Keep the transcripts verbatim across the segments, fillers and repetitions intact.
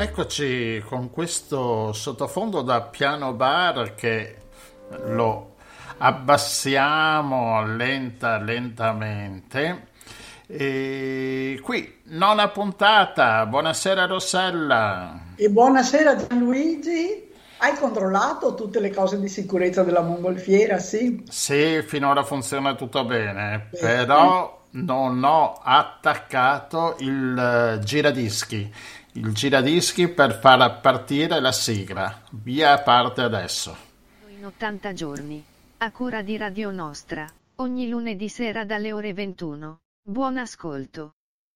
Eccoci con questo sottofondo da piano bar che lo abbassiamo lenta lentamente. E qui nona puntata. Buonasera Rossella. E buonasera Gianluigi. Hai controllato tutte le cose di sicurezza della mongolfiera, sì? Sì, finora funziona tutto bene, Beh, però non ho attaccato il eh, giradischi. Il giradischi per far partire la sigla. Via parte adesso. In ottanta giorni. A cura di Radio Nostra. Ogni lunedì sera dalle ore ventuno. Buon ascolto.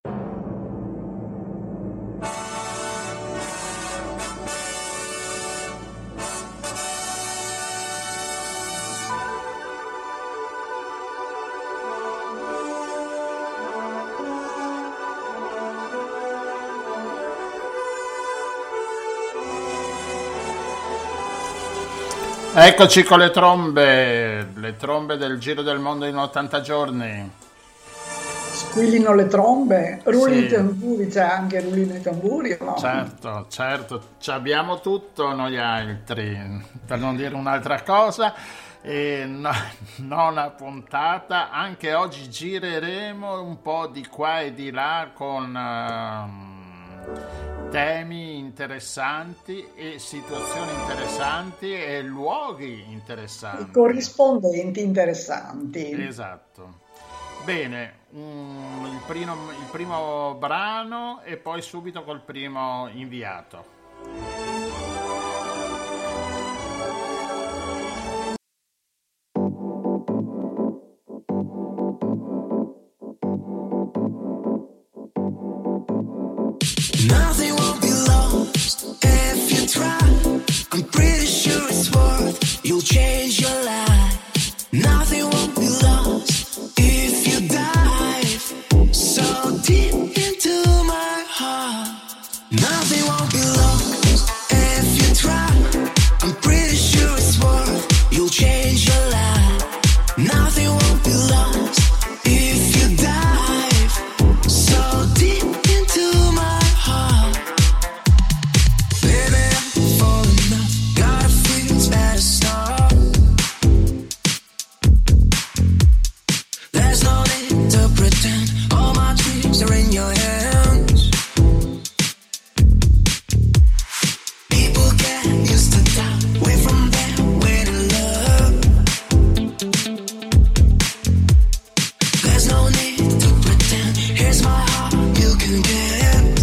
Eccoci con le trombe, le trombe del Giro del Mondo in ottanta giorni. squillino le trombe, rullino i Sì, tamburi, c'è anche rullino i tamburi, o no? certo, certo, ci abbiamo tutto noi altri, per non dire un'altra cosa. E no- nona puntata, anche oggi gireremo un po' di qua e di là con ehm, temi interessanti e situazioni interessanti e luoghi I interessanti. corrispondenti interessanti. Esatto. Bene, mm, il primo, il primo brano e poi subito col primo inviato. Nothing won't be lost if you try. I'm pretty sure it's worth. You'll change your life. Nothing won't be lost if you dive so deep into my heart. Nothing won't be lost if you try. I'm pretty sure it's worth. You'll change your life. Nothing won't be lost if you dive so deep into my heart. Baby, I'm falling off. Gotta feel it's better start. There's no need to pretend. All my dreams are in your hands. People get used to doubt. Way from there, way to love. There's no need to pretend. Here's my heart, you can get.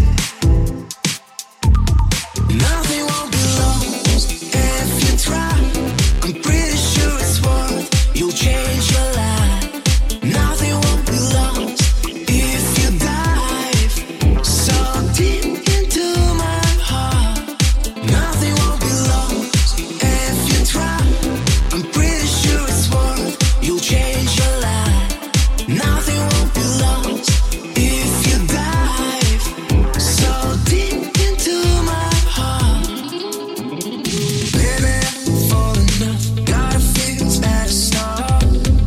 Nothing won't be lost if you try. I'm pretty sure it's worth. You'll change your life. Nothing won't be lost if you dive so deep into my heart. Nothing won't be lost if you try. I'm pretty sure it's worth. You'll change your life. Nothing won't be lost if you dive so deep into my heart. Baby, I'm falling off. Gotta feel it's better start.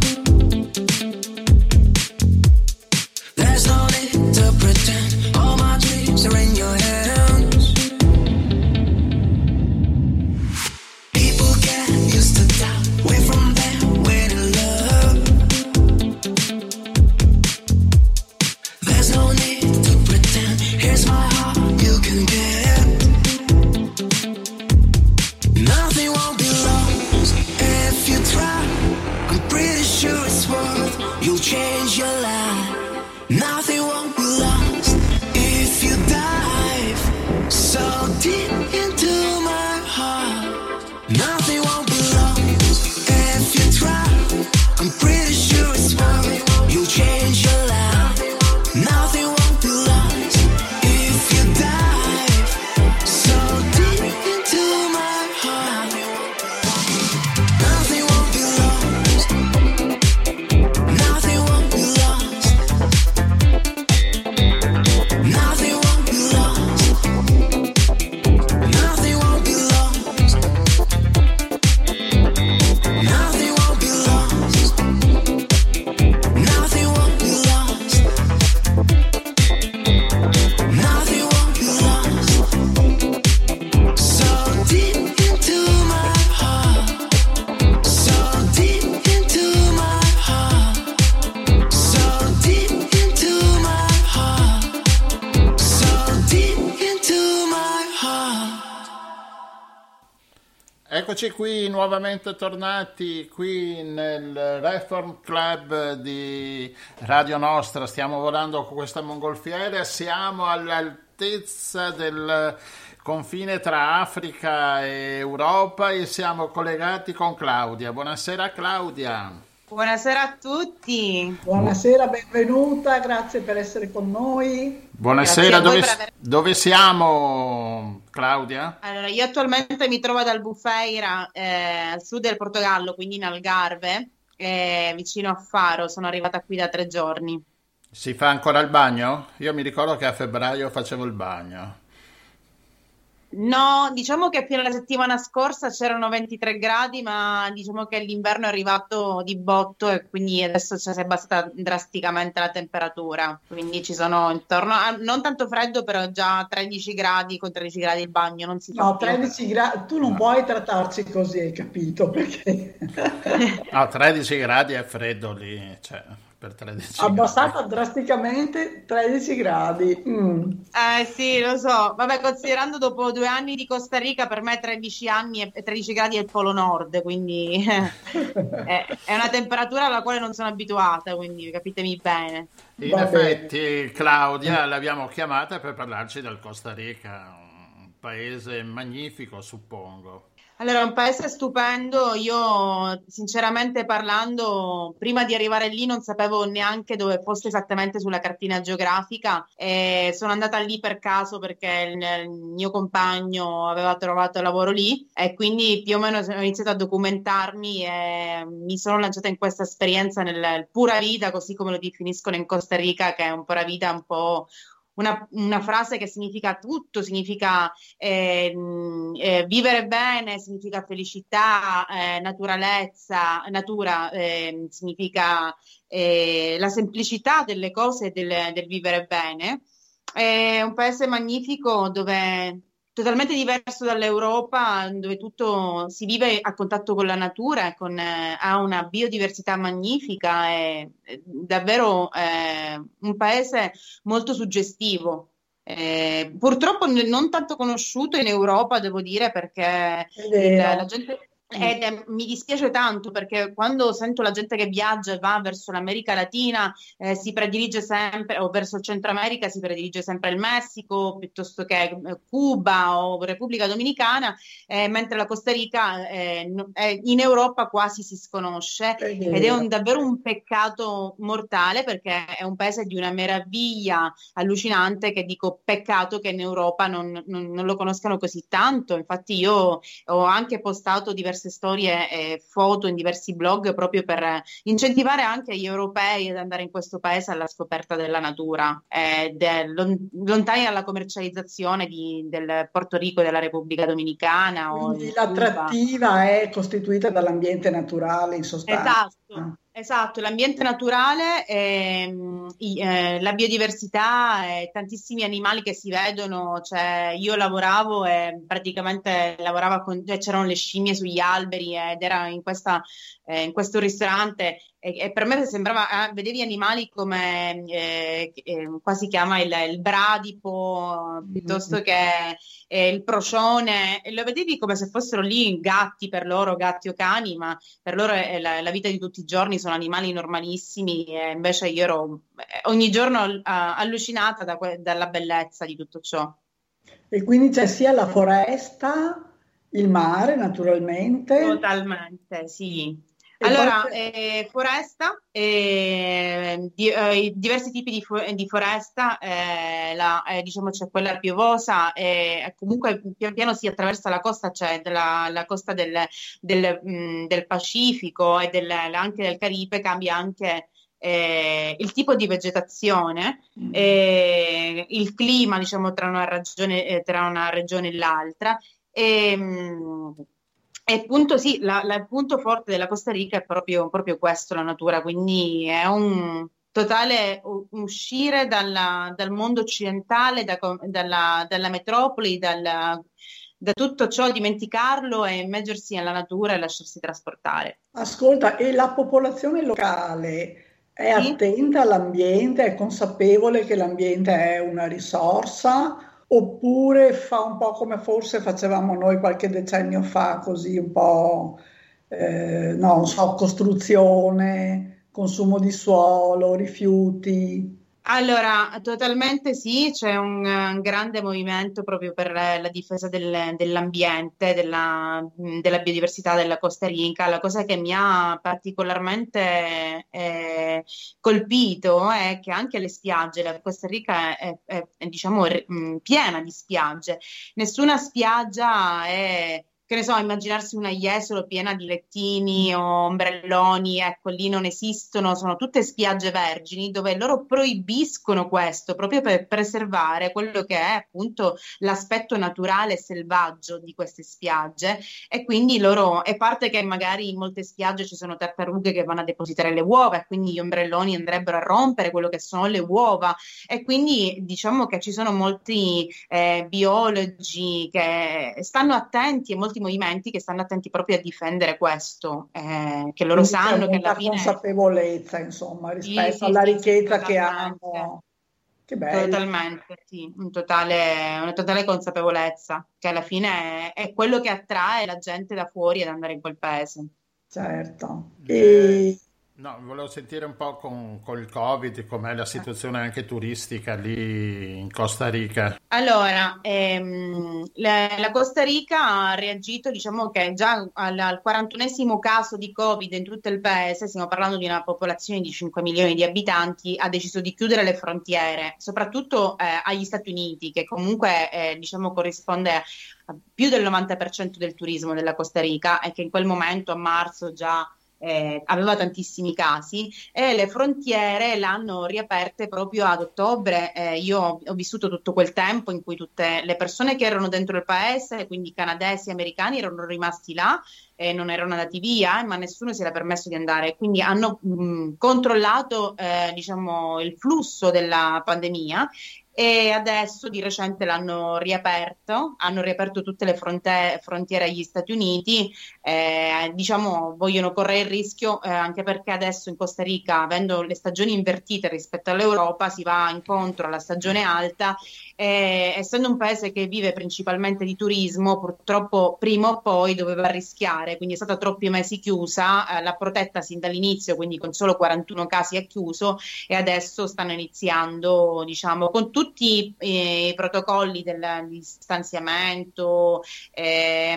There's no need to pretend. All my dreams are in your hands. People get used to doubt. Way from there, way to love. There's no need to pretend. Here's my heart, you can get. Nothing won't be lost if you try. I'm pretty sure it's worth. You'll change your life. Nothing won't be lost if you dive so deep into my heart. Nothing won't be lost if you try. I'm pretty sure it's worth. You'll change your life. Nothing won't be lost if you dive so deep into my heart. Nothing won't be lost. Nothing won't be lost eccoci qui nuovamente tornati qui nel Reform Club di Radio Nostra. Stiamo volando con questa mongolfiera, siamo all'altezza del confine tra Africa e Europa e siamo collegati con Claudia. Buonasera Claudia. Buonasera a tutti. Buonasera, benvenuta, grazie per essere con noi. Buonasera, dove, aver... dove siamo Claudia? Allora, io attualmente mi trovo ad Albufeira, eh, al sud del Portogallo, quindi in Algarve, eh, vicino a Faro. Sono arrivata qui da tre giorni. Si fa ancora il bagno? Io mi ricordo che a febbraio facevo il bagno. No, diciamo che fino alla settimana scorsa c'erano ventitré gradi, ma diciamo che l'inverno è arrivato di botto e quindi adesso si è abbassata drasticamente la temperatura, quindi ci sono intorno a non tanto freddo, però già tredici gradi, con tredici gradi il bagno non si fa No, più. tredici gradi, tu non puoi trattarci così, hai capito? Perché No, tredici gradi è freddo lì, cioè per tredici abbassata gradi. drasticamente tredici gradi. Mm. Eh sì, lo so. Vabbè, considerando dopo due anni di Costa Rica, per me tredici anni e tredici gradi è il Polo Nord, quindi è, è una temperatura alla quale non sono abituata, quindi capitemi bene. In Va effetti bene. Claudia l'abbiamo chiamata per parlarci del Costa Rica, un paese magnifico, suppongo. Allora, è un paese stupendo. Io, sinceramente parlando, prima di arrivare lì non sapevo neanche dove fosse esattamente sulla cartina geografica e sono andata lì per caso perché il, il mio compagno aveva trovato lavoro lì e quindi più o meno ho iniziato a documentarmi e mi sono lanciata in questa esperienza nel pura vita, così come lo definiscono in Costa Rica, che è un pura vita un po'... Una, una frase che significa tutto, significa eh, eh, vivere bene, significa felicità, eh, naturalezza, natura, eh, significa eh, la semplicità delle cose e del, del vivere bene. È un paese magnifico dove totalmente diverso dall'Europa, dove tutto si vive a contatto con la natura, con, eh, ha una biodiversità magnifica, è, è davvero eh, un paese molto suggestivo. Eh, purtroppo n- non tanto conosciuto in Europa, devo dire, perché È il- vero. la gente... Ed è- mi dispiace tanto perché quando sento la gente che viaggia e va verso l'America Latina eh, si predilige sempre, o verso il Centro America si predilige sempre il Messico piuttosto che eh, Cuba o Repubblica Dominicana, eh, mentre la Costa Rica eh, no- eh, in Europa quasi si sconosce È ed è vero. un- davvero un peccato mortale perché è un paese di una meraviglia allucinante che dico peccato che in Europa non, non- non lo conoscano così tanto. Infatti io ho anche postato diverse storie e foto in diversi blog proprio per incentivare anche gli europei ad andare in questo paese alla scoperta della natura ed è lon- lontani dalla commercializzazione di- del Porto Rico e della Repubblica Dominicana o Quindi di Cuba. l'attrattiva è costituita dall'ambiente naturale in sostanza. Esatto, esatto, l'ambiente naturale, ehm, i- eh, la biodiversità e tantissimi animali che si vedono, cioè io lavoravo e praticamente lavorava con, cioè, c'erano le scimmie sugli alberi ed era in questa, eh, in questo ristorante e, e per me sembrava, ah, vedevi animali come, eh, eh, qua si chiama il, il bradipo, piuttosto che eh, il procione, e lo vedevi come se fossero lì gatti per loro, gatti o cani, ma per loro è la, la vita di tutti i giorni, sono animali normalissimi e invece io ero eh, ogni giorno uh, allucinata da que- dalla bellezza di tutto ciò. E quindi c'è sia la foresta, il mare naturalmente. Totalmente, sì. E Allora, poi- eh, foresta, eh, di- eh, diversi tipi di, fo- di foresta, eh, la, eh, diciamo c'è quella piovosa e comunque pian piano si attraversa la costa, c'è della- la costa del, del, mh, del Pacifico e del- anche del Caribe, cambia anche eh, il tipo di vegetazione, eh, il clima, diciamo, tra una regione, eh, tra una regione e l'altra. E, mh, e appunto sì, la- la- il punto forte della Costa Rica è proprio, proprio questo, la natura, quindi è un totale u- uscire dalla- dal mondo occidentale, da co- dalla, dalla metropoli, dalla- da tutto ciò, dimenticarlo e immergersi nella natura e lasciarsi trasportare. Ascolta, e la popolazione locale è Sì? attenta all'ambiente, è consapevole che l'ambiente è una risorsa oppure fa un po' come forse facevamo noi qualche decennio fa, così un po', eh, no, non so, costruzione, consumo di suolo, rifiuti. Allora, totalmente sì, c'è un, un grande movimento proprio per la, la difesa del- dell'ambiente, della, della biodiversità della Costa Rica. La cosa che mi ha particolarmente eh, colpito è che anche le spiagge, la Costa Rica è, è- è, diciamo, re- mh, piena di spiagge. Nessuna spiaggia è, che ne so, immaginarsi una Jesolo piena di lettini o ombrelloni, ecco, lì non esistono, sono tutte spiagge vergini dove loro proibiscono questo proprio per preservare quello che è appunto l'aspetto naturale e selvaggio di queste spiagge e quindi loro, è parte che magari in molte spiagge ci sono tartarughe che vanno a depositare le uova e quindi gli ombrelloni andrebbero a rompere quello che sono le uova e quindi diciamo che ci sono molti eh, biologi che stanno attenti e molti movimenti che stanno attenti proprio a difendere questo, eh, che loro Quindi c'è sanno che alla molta fine consapevolezza, insomma, sì, rispetto sì, alla sì, sì, ricchezza che totalmente, hanno. Che bello, totalmente, sì, un totale- una totale consapevolezza che alla fine è, è quello che attrae la gente da fuori ad andare in quel paese. certo. Eh, E no, volevo sentire un po' con, col Covid, com'è la situazione anche turistica lì in Costa Rica. Allora, ehm, la, la Costa Rica ha reagito, diciamo che già al, al quarantunesimo caso di Covid in tutto il paese, stiamo parlando di una popolazione di cinque milioni di abitanti, ha deciso di chiudere le frontiere, soprattutto eh, agli Stati Uniti, che comunque eh, diciamo corrisponde a più del novanta per cento del turismo della Costa Rica e che in quel momento a marzo già eh, aveva tantissimi casi e le frontiere l'hanno riaperte proprio ad ottobre. Eh, io ho, ho vissuto tutto quel tempo in cui tutte le persone che erano dentro il paese, quindi canadesi e americani, erano rimasti là e non erano andati via, eh, ma nessuno si era permesso di andare. Quindi hanno mh, controllato eh, diciamo, il flusso della pandemia e adesso di recente l'hanno riaperto, hanno riaperto tutte le fronte- frontiere agli Stati Uniti, eh, diciamo vogliono correre il rischio eh, anche perché adesso in Costa Rica, avendo le stagioni invertite rispetto all'Europa, si va incontro alla stagione alta e essendo un paese che vive principalmente di turismo, purtroppo prima o poi doveva rischiare, quindi è stata troppi mesi chiusa, eh, l'ha protetta sin dall'inizio, quindi con solo quarantuno casi è chiuso e adesso stanno iniziando, diciamo, con tutti eh, i protocolli del distanziamento, eh,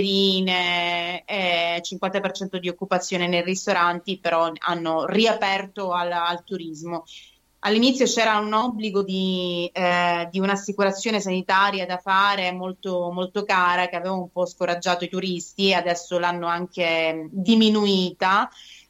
mascherine, eh, cinquanta per cento di occupazione nei ristoranti, però hanno riaperto al, al turismo. All'inizio c'era un obbligo di, eh, di un'assicurazione sanitaria da fare molto, molto cara che aveva un po' scoraggiato i turisti, adesso l'hanno anche diminuita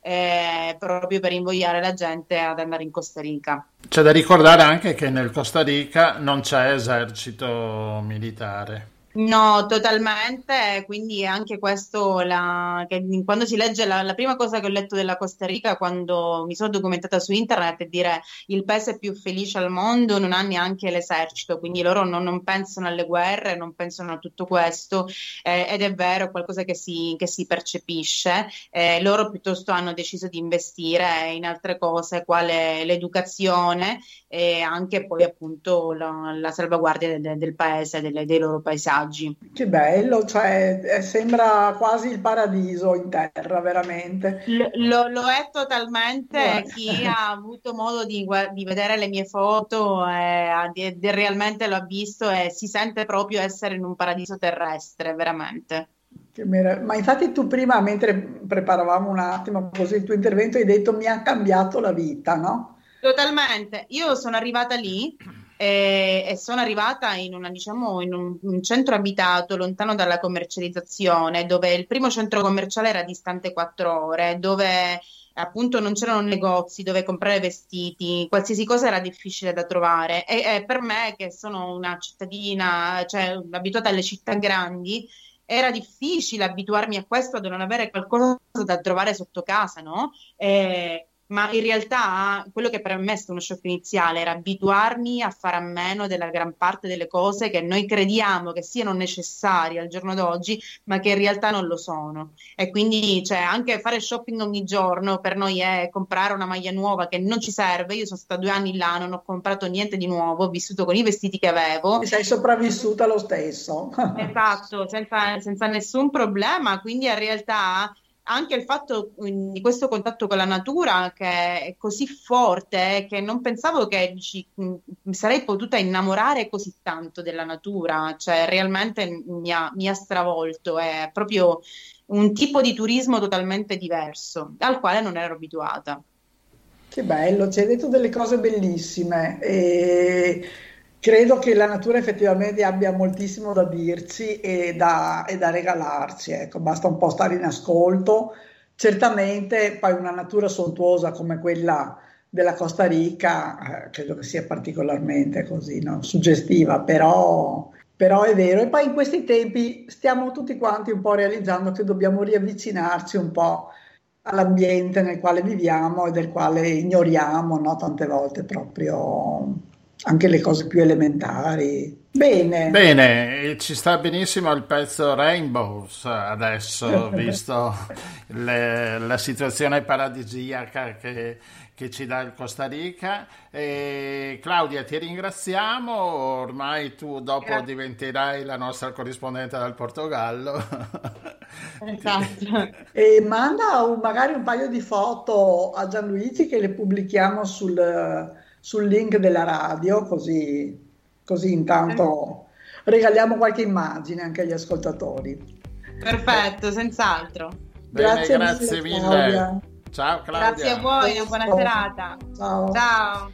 eh, proprio per invogliare la gente ad andare in Costa Rica. C'è da ricordare anche che nel Costa Rica non c'è esercito militare. No, totalmente, quindi anche questo, la, che quando si legge la, la prima cosa che ho letto della Costa Rica quando mi sono documentata su internet è dire il paese più felice al mondo non ha neanche l'esercito, quindi loro non, non pensano alle guerre, non pensano a tutto questo eh, ed è vero, è qualcosa che si, che si percepisce, eh, loro piuttosto hanno deciso di investire in altre cose, quale l'educazione e anche poi appunto la, la salvaguardia de- del paese, delle- dei loro paesaggi. che bello, cioè eh, sembra quasi il paradiso in terra, veramente. Lo, lo- lo è totalmente, Guarda. chi ha avuto modo di, gua- di vedere le mie foto e ha- di- di- realmente lo ha visto e si sente proprio essere in un paradiso terrestre, veramente. Che merav- Ma infatti tu prima, mentre preparavamo un attimo così il tuo intervento, hai detto mi ha cambiato la vita, no? Totalmente. Io sono arrivata lì eh, e sono arrivata in una, diciamo, in un, un centro abitato lontano dalla commercializzazione, dove il primo centro commerciale era distante quattro ore, dove appunto non c'erano negozi dove comprare vestiti, qualsiasi cosa era difficile da trovare. E, e per me, che sono una cittadina, cioè abituata alle città grandi, era difficile abituarmi a questo, ad non avere qualcosa da trovare sotto casa, no? E ma in realtà quello che per me è stato uno shock iniziale era abituarmi a fare a meno della gran parte delle cose che noi crediamo che siano necessarie al giorno d'oggi, ma che in realtà non lo sono. E quindi, cioè, anche fare shopping ogni giorno per noi è comprare una maglia nuova che non ci serve. Io sono stata due anni là, non ho comprato niente di nuovo, ho vissuto con i vestiti che avevo. E sei sopravvissuta lo stesso. Esatto, senza, senza nessun problema, quindi in realtà anche il fatto mm, di questo contatto con la natura che è così forte che non pensavo che ci, mm, mi sarei potuta innamorare così tanto della natura, cioè realmente mi ha, mi ha stravolto, è proprio un tipo di turismo totalmente diverso, al quale non ero abituata. Che bello, ci hai detto delle cose bellissime e credo che la natura effettivamente abbia moltissimo da dirci e da, e da regalarci, ecco, basta un po' stare in ascolto. Certamente poi una natura sontuosa come quella della Costa Rica, eh, credo che sia particolarmente così, no? Suggestiva, però, però è vero. E poi in questi tempi stiamo tutti quanti un po' realizzando che dobbiamo riavvicinarci un po' all'ambiente nel quale viviamo e del quale ignoriamo, no? Tante volte proprio anche le cose più elementari. Bene. Bene, ci sta benissimo il pezzo Rainbows adesso, visto le- la situazione paradisiaca che, che ci dà il Costa Rica. E Claudia, ti ringraziamo, ormai tu dopo Grazie. diventerai la nostra corrispondente dal Portogallo. Esatto. E manda un- magari un paio di foto a Gianluigi che le pubblichiamo sul, sul link della radio, così, così intanto regaliamo qualche immagine anche agli ascoltatori. Perfetto, senz'altro. Bene, Grazie grazie mille, mille. Claudia. Ciao Claudia. Grazie a voi, una buona serata. Ciao. Ciao.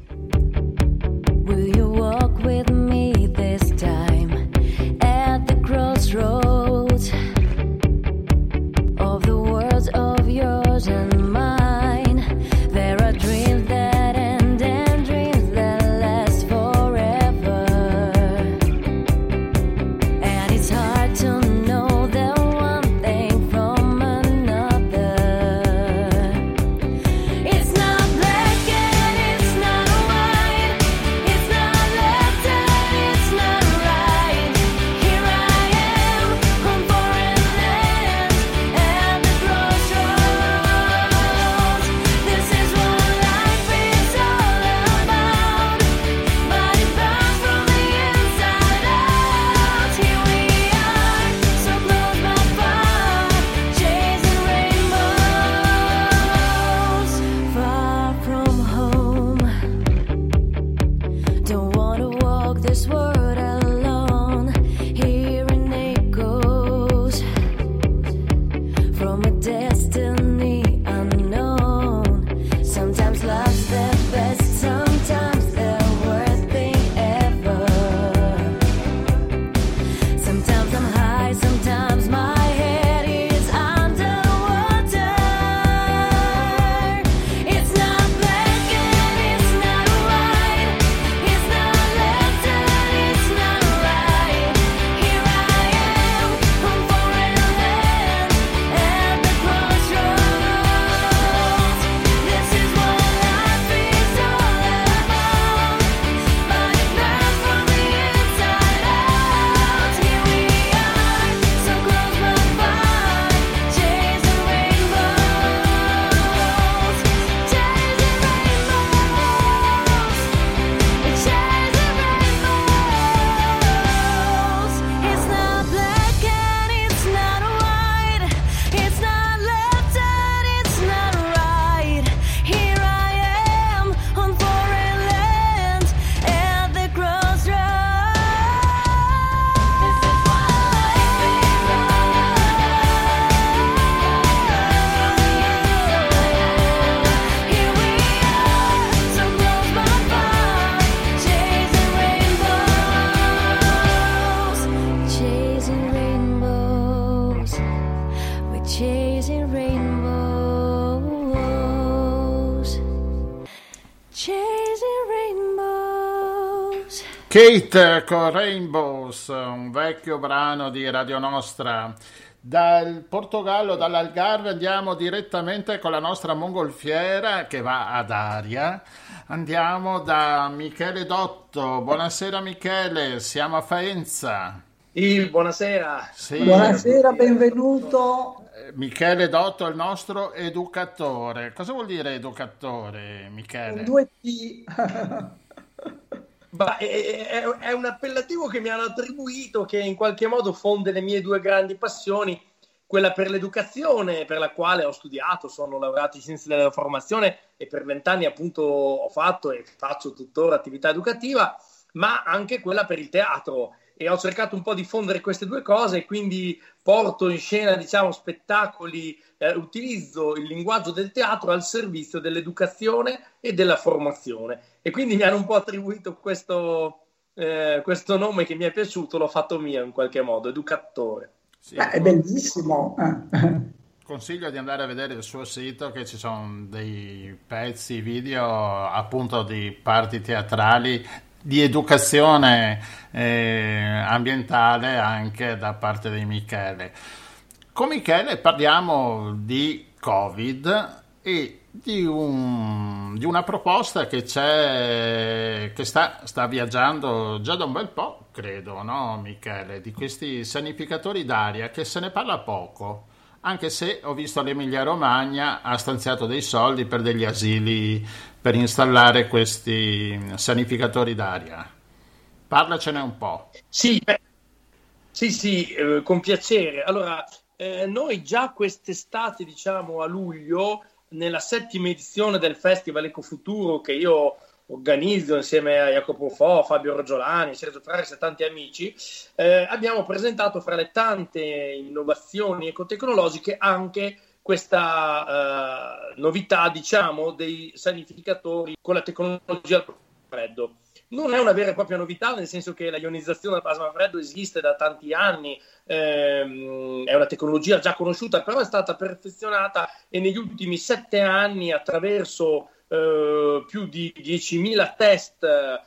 Will you walk with me this time at the crossroads of the words of yours and mine? There are dreams that end and dreams that last forever, and it's hard to know the one thing from another. It's not black and it's not white. It's not left and it's not right. Here I am on foreign land at the crossroads. This is what life is all about. Body burns from the inside out. Here we are, so close but far, chasing rainbows, far from home. Don't wanna walk this world alone, hearing echoes from a destiny unknown. Sometimes love's the best, sometimes the worst thing ever. Sometimes I'm high, sometimes my head is underwater. It's not black and it's not white. It's not left and it's not right. Here I am on foreign land at the crossroads. This is what life is all about. Body burns from the inside out. Here we are, so close but far, chasing rainbows, chasing rainbows, chasing rainbows. It's not black and it's not white. It's not left and it's not right. Here I am on foreign land at the crossroads. This is what Here we are, so close but far, chasing rainbows, chasing rainbows. We're chasing rainbows, chasing rainbows. Kate con Rainbows, un vecchio brano di Radio Nostra Dal Portogallo, dall'Algarve, andiamo direttamente con la nostra mongolfiera che va ad aria. Andiamo da Michele Dotto. Buonasera Michele, siamo a Faenza. Il buonasera. Sì. Buonasera, benvenuto. Eh, Michele Dotto è il nostro educatore. Cosa vuol dire educatore, Michele? Con due T. Bah, è, è- è un appellativo che mi hanno attribuito che in qualche modo fonde le mie due grandi passioni, quella per l'educazione, per la quale ho studiato, sono laureato in scienze della formazione e per vent'anni appunto ho fatto e faccio tuttora attività educativa, ma anche quella per il teatro. E ho cercato un po' di fondere queste due cose e quindi porto in scena, diciamo, spettacoli, eh, utilizzo il linguaggio del teatro al servizio dell'educazione e della formazione. E quindi mi hanno un po' attribuito questo, eh, questo nome che mi è piaciuto, l'ho fatto mio in qualche modo, educatore. Sì, Beh, è bellissimo. eh. consiglio di andare a vedere il suo sito, che ci sono dei pezzi video appunto di parti teatrali di educazione eh, ambientale anche da parte di Michele. Con Michele parliamo di Covid e di, un- di una proposta che c'è, che sta, sta viaggiando già da un bel po', credo, no Michele? Di questi sanificatori d'aria, che se ne parla poco, anche se ho visto l'Emilia Romagna ha stanziato dei soldi per degli asili per installare questi sanificatori d'aria. Parlacene un po'. Sì, beh, sì, sì, eh, con piacere. Allora, eh, noi già quest'estate, diciamo a luglio, nella settima edizione del Festival Ecofuturo che io organizzo insieme a Jacopo Fo, Fabio Rogiolani, Sergio Traris e tanti amici, eh, abbiamo presentato fra le tante innovazioni ecotecnologiche anche questa eh, novità, diciamo, dei sanificatori con la tecnologia al freddo. Non è una vera e propria novità, nel senso che la ionizzazione al plasma freddo esiste da tanti anni, ehm, è una tecnologia già conosciuta, però è stata perfezionata e negli ultimi sette anni attraverso eh, più di diecimila test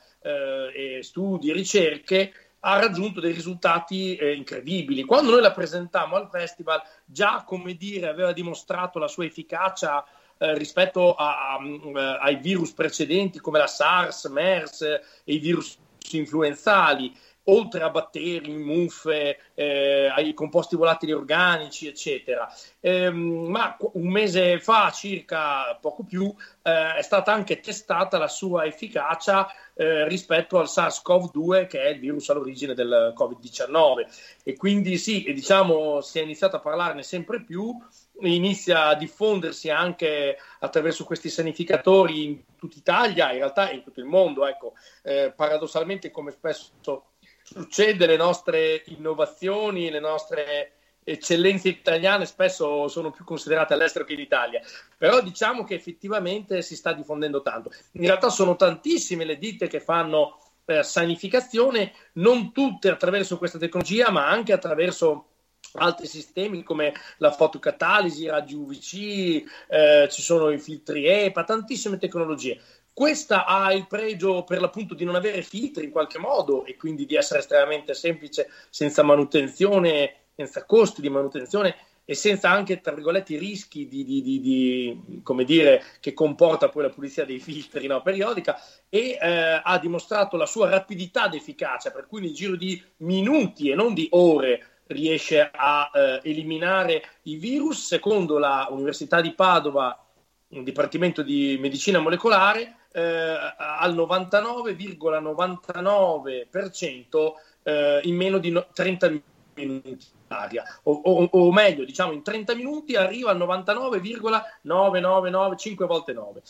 eh, e studi e ricerche ha raggiunto dei risultati eh, incredibili. Quando noi la presentammo al festival, già, come dire, aveva dimostrato la sua efficacia eh, rispetto a- a- ai virus precedenti come la SARS, MERS e i virus influenzali, oltre a batteri, muffe, eh, ai composti volatili organici, eccetera. Ehm, ma qu- un mese fa, circa, poco più, eh, è stata anche testata la sua efficacia eh, rispetto al SARS-CoV due, che è il virus all'origine del covid diciannove. E quindi sì, e diciamo, si è iniziato a parlarne sempre più, inizia a diffondersi anche attraverso questi sanificatori in tutta Italia, in realtà in tutto il mondo. Ecco, eh, paradossalmente, come spesso succede, le nostre innovazioni, le nostre eccellenze italiane spesso sono più considerate all'estero che in Italia, però diciamo che effettivamente si sta diffondendo tanto. In realtà sono tantissime le ditte che fanno eh, sanificazione, non tutte attraverso questa tecnologia, ma anche attraverso altri sistemi come la fotocatalisi, i raggi U V C, eh, ci sono i filtri E P A, tantissime tecnologie. Questa ha il pregio per l'appunto di non avere filtri in qualche modo e quindi di essere estremamente semplice, senza manutenzione, senza costi di manutenzione e senza anche, tra virgolette, i rischi di, di, di, di, come dire, che comporta poi la pulizia dei filtri, no, periodica, e eh, ha dimostrato la sua rapidità ed efficacia, per cui nel giro di minuti e non di ore riesce a eh, eliminare i virus. Secondo la Università di Padova, un dipartimento di medicina molecolare, eh, al novantanove virgola novantanove per cento eh, in meno di no- trenta minuti d'aria, o, o, o meglio, diciamo, in trenta minuti arriva al novantanove virgola novecentonovantanove, cinque volte nove,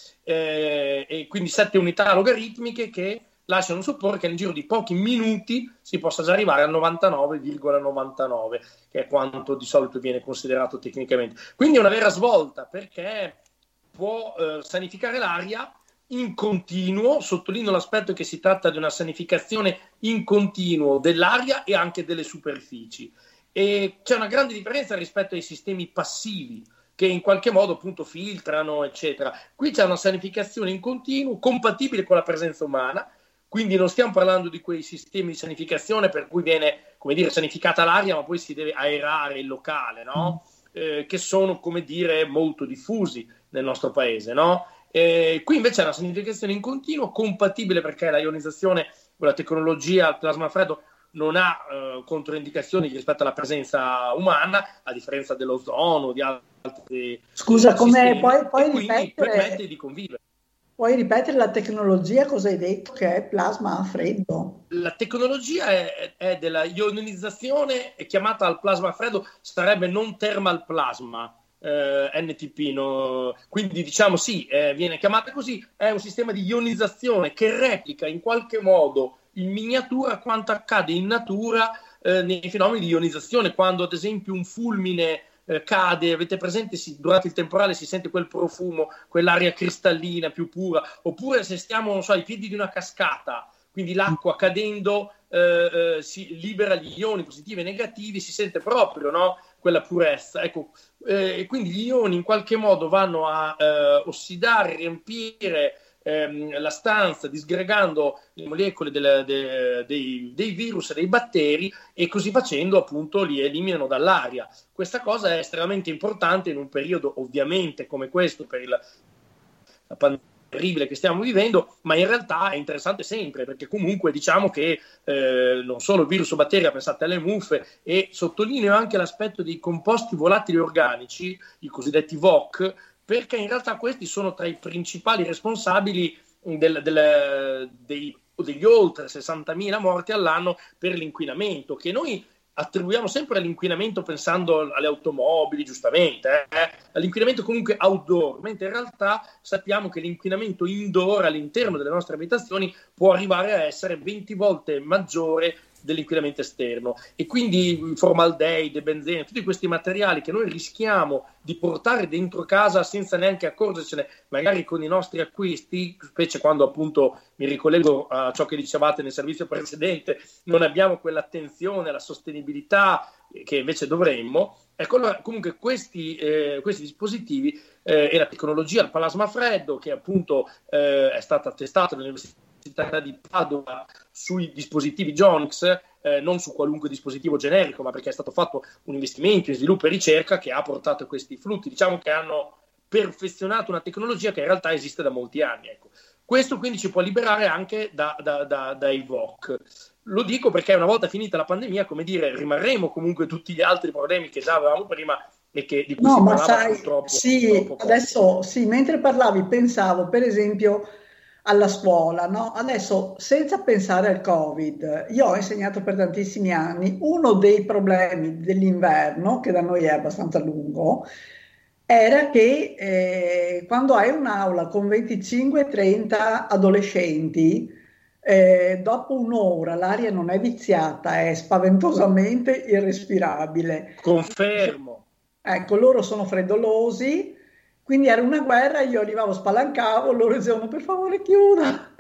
eh, e quindi sette unità logaritmiche che lasciano supporre che nel giro di pochi minuti si possa già arrivare al novantanove virgola novantanove, che è quanto di solito viene considerato tecnicamente. Quindi è una vera svolta, perché può eh, sanificare l'aria in continuo. Sottolineo l'aspetto che si tratta di una sanificazione in continuo dell'aria e anche delle superfici, e c'è una grande differenza rispetto ai sistemi passivi che in qualche modo appunto filtrano, eccetera. Qui c'è una sanificazione in continuo compatibile con la presenza umana, Quindi non stiamo parlando di quei sistemi di sanificazione per cui viene, come dire, sanificata l'aria, ma poi si deve aerare il locale, no? Eh, che sono, come dire, molto diffusi nel nostro paese, no? Eh, qui invece è una sanificazione in continuo, compatibile perché la ionizzazione con la tecnologia al plasma freddo non ha eh, controindicazioni rispetto alla presenza umana, a differenza dell'ozono, di altri Scusa, come sistemi, poi, poi e quindi ripetere, permette di convivere. puoi ripetere la tecnologia, cosa hai detto che è plasma a freddo? La tecnologia è, è della ionizzazione, è chiamata al plasma freddo, sarebbe non thermal plasma, eh, N T P, no? Quindi diciamo sì, eh, viene chiamata così, è un sistema di ionizzazione che replica in qualche modo in miniatura quanto accade in natura eh, nei fenomeni di ionizzazione, quando ad esempio un fulmine eh, cade, avete presente, si, durante il temporale si sente quel profumo, quell'aria cristallina più pura, oppure se stiamo, non so, ai piedi di una cascata, quindi l'acqua cadendo eh, eh, si libera gli ioni positivi e negativi, si sente proprio, no? Quella purezza. Ecco, eh, quindi gli ioni in qualche modo vanno a eh, ossidare, riempire ehm, la stanza, disgregando le molecole del, de, dei, dei virus e dei batteri, e così facendo appunto li eliminano dall'aria. Questa cosa è estremamente importante in un periodo ovviamente come questo, per il, la pandemia terribile che stiamo vivendo, ma in realtà è interessante sempre, perché comunque diciamo che eh, non solo virus o batteria, pensate alle muffe, e sottolineo anche l'aspetto dei composti volatili organici, i cosiddetti V O C, perché in realtà questi sono tra i principali responsabili del, del, dei, degli oltre sessantamila morti all'anno per l'inquinamento, che noi attribuiamo sempre all'inquinamento pensando alle automobili, giustamente, eh? all'inquinamento comunque outdoor, mentre in realtà sappiamo che l'inquinamento indoor all'interno delle nostre abitazioni può arrivare a essere venti volte maggiore dell'inquinamento esterno, e quindi formaldeide, benzene, tutti questi materiali che noi rischiamo di portare dentro casa senza neanche accorgercene, magari con i nostri acquisti, specie quando appunto mi ricollego a ciò che dicevate nel servizio precedente, non abbiamo quell'attenzione alla sostenibilità che invece dovremmo. Ecco, allora, comunque questi, eh, questi dispositivi eh, e la tecnologia al plasma freddo, che appunto eh, è stata testata all'Università di Padova sui dispositivi Jonix, eh, non su qualunque dispositivo generico, ma perché è stato fatto un investimento in sviluppo e ricerca che ha portato a questi frutti. Diciamo che hanno perfezionato una tecnologia che in realtà esiste da molti anni. Ecco. Questo quindi ci può liberare anche da, da, da, dai V O C. Lo dico perché una volta finita la pandemia, come dire, rimarremo comunque tutti gli altri problemi che già avevamo prima e che di cui no, si ma parlava sai, purtroppo. sì, troppo adesso sì, mentre parlavi pensavo per esempio alla scuola, no? Adesso senza pensare al Covid, io ho insegnato per tantissimi anni, uno dei problemi dell'inverno, che da noi è abbastanza lungo, era che eh, quando hai un'aula con venticinque trenta adolescenti, eh, dopo un'ora l'aria non è viziata, è spaventosamente irrespirabile. Confermo. Ecco, loro sono freddolosi, quindi era una guerra, io arrivavo, spalancavo, loro dicevano per favore chiuda.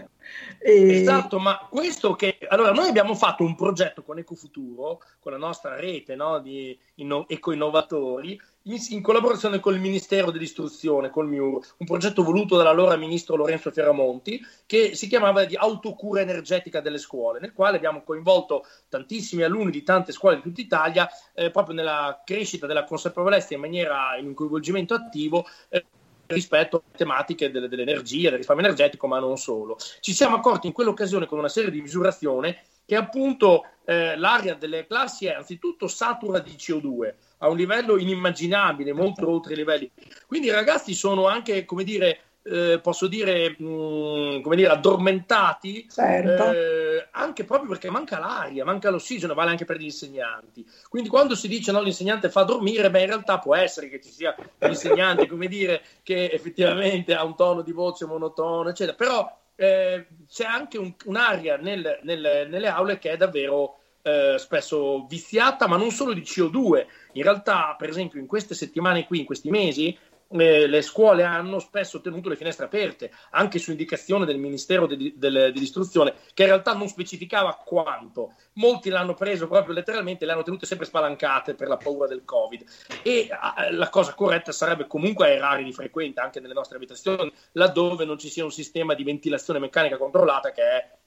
E... Esatto, ma questo che... Allora, noi abbiamo fatto un progetto con Ecofuturo, con la nostra rete, no, di inno... eco-innovatori, in, in collaborazione con il Ministero dell'Istruzione, col M I U R, un progetto voluto dall'allora ministro Lorenzo Fierramonti, che si chiamava di autocura energetica delle scuole, nel quale abbiamo coinvolto tantissimi alunni di tante scuole di tutta Italia, eh, proprio nella crescita della consapevolezza in maniera, in un coinvolgimento attivo, eh, rispetto alle tematiche delle, dell'energia, del risparmio energetico, ma non solo. Ci siamo accorti in quell'occasione con una serie di misurazioni che appunto eh, l'aria delle classi è anzitutto satura di C O due a un livello inimmaginabile, molto oltre i livelli. Quindi i ragazzi sono anche, come dire, eh, posso dire, mh, come dire, addormentati, certo. eh, anche proprio perché manca l'aria, manca l'ossigeno, vale anche per gli insegnanti. Quindi quando si dice no, l'insegnante fa dormire, beh in realtà può essere che ci sia l'insegnante, come dire, che effettivamente ha un tono di voce monotono, eccetera, però eh, c'è anche un, un'aria nel, nel, nelle aule che è davvero eh, spesso viziata, ma non solo di C O due. In realtà, per esempio, in queste settimane qui, in questi mesi, Eh, le scuole hanno spesso tenuto le finestre aperte, anche su indicazione del Ministero de, de, de, dell'Istruzione, che in realtà non specificava quanto. Molti l'hanno preso proprio letteralmente, le hanno tenute sempre spalancate per la paura del Covid. E eh, la cosa corretta sarebbe comunque aerare di frequente anche nelle nostre abitazioni, laddove non ci sia un sistema di ventilazione meccanica controllata, che è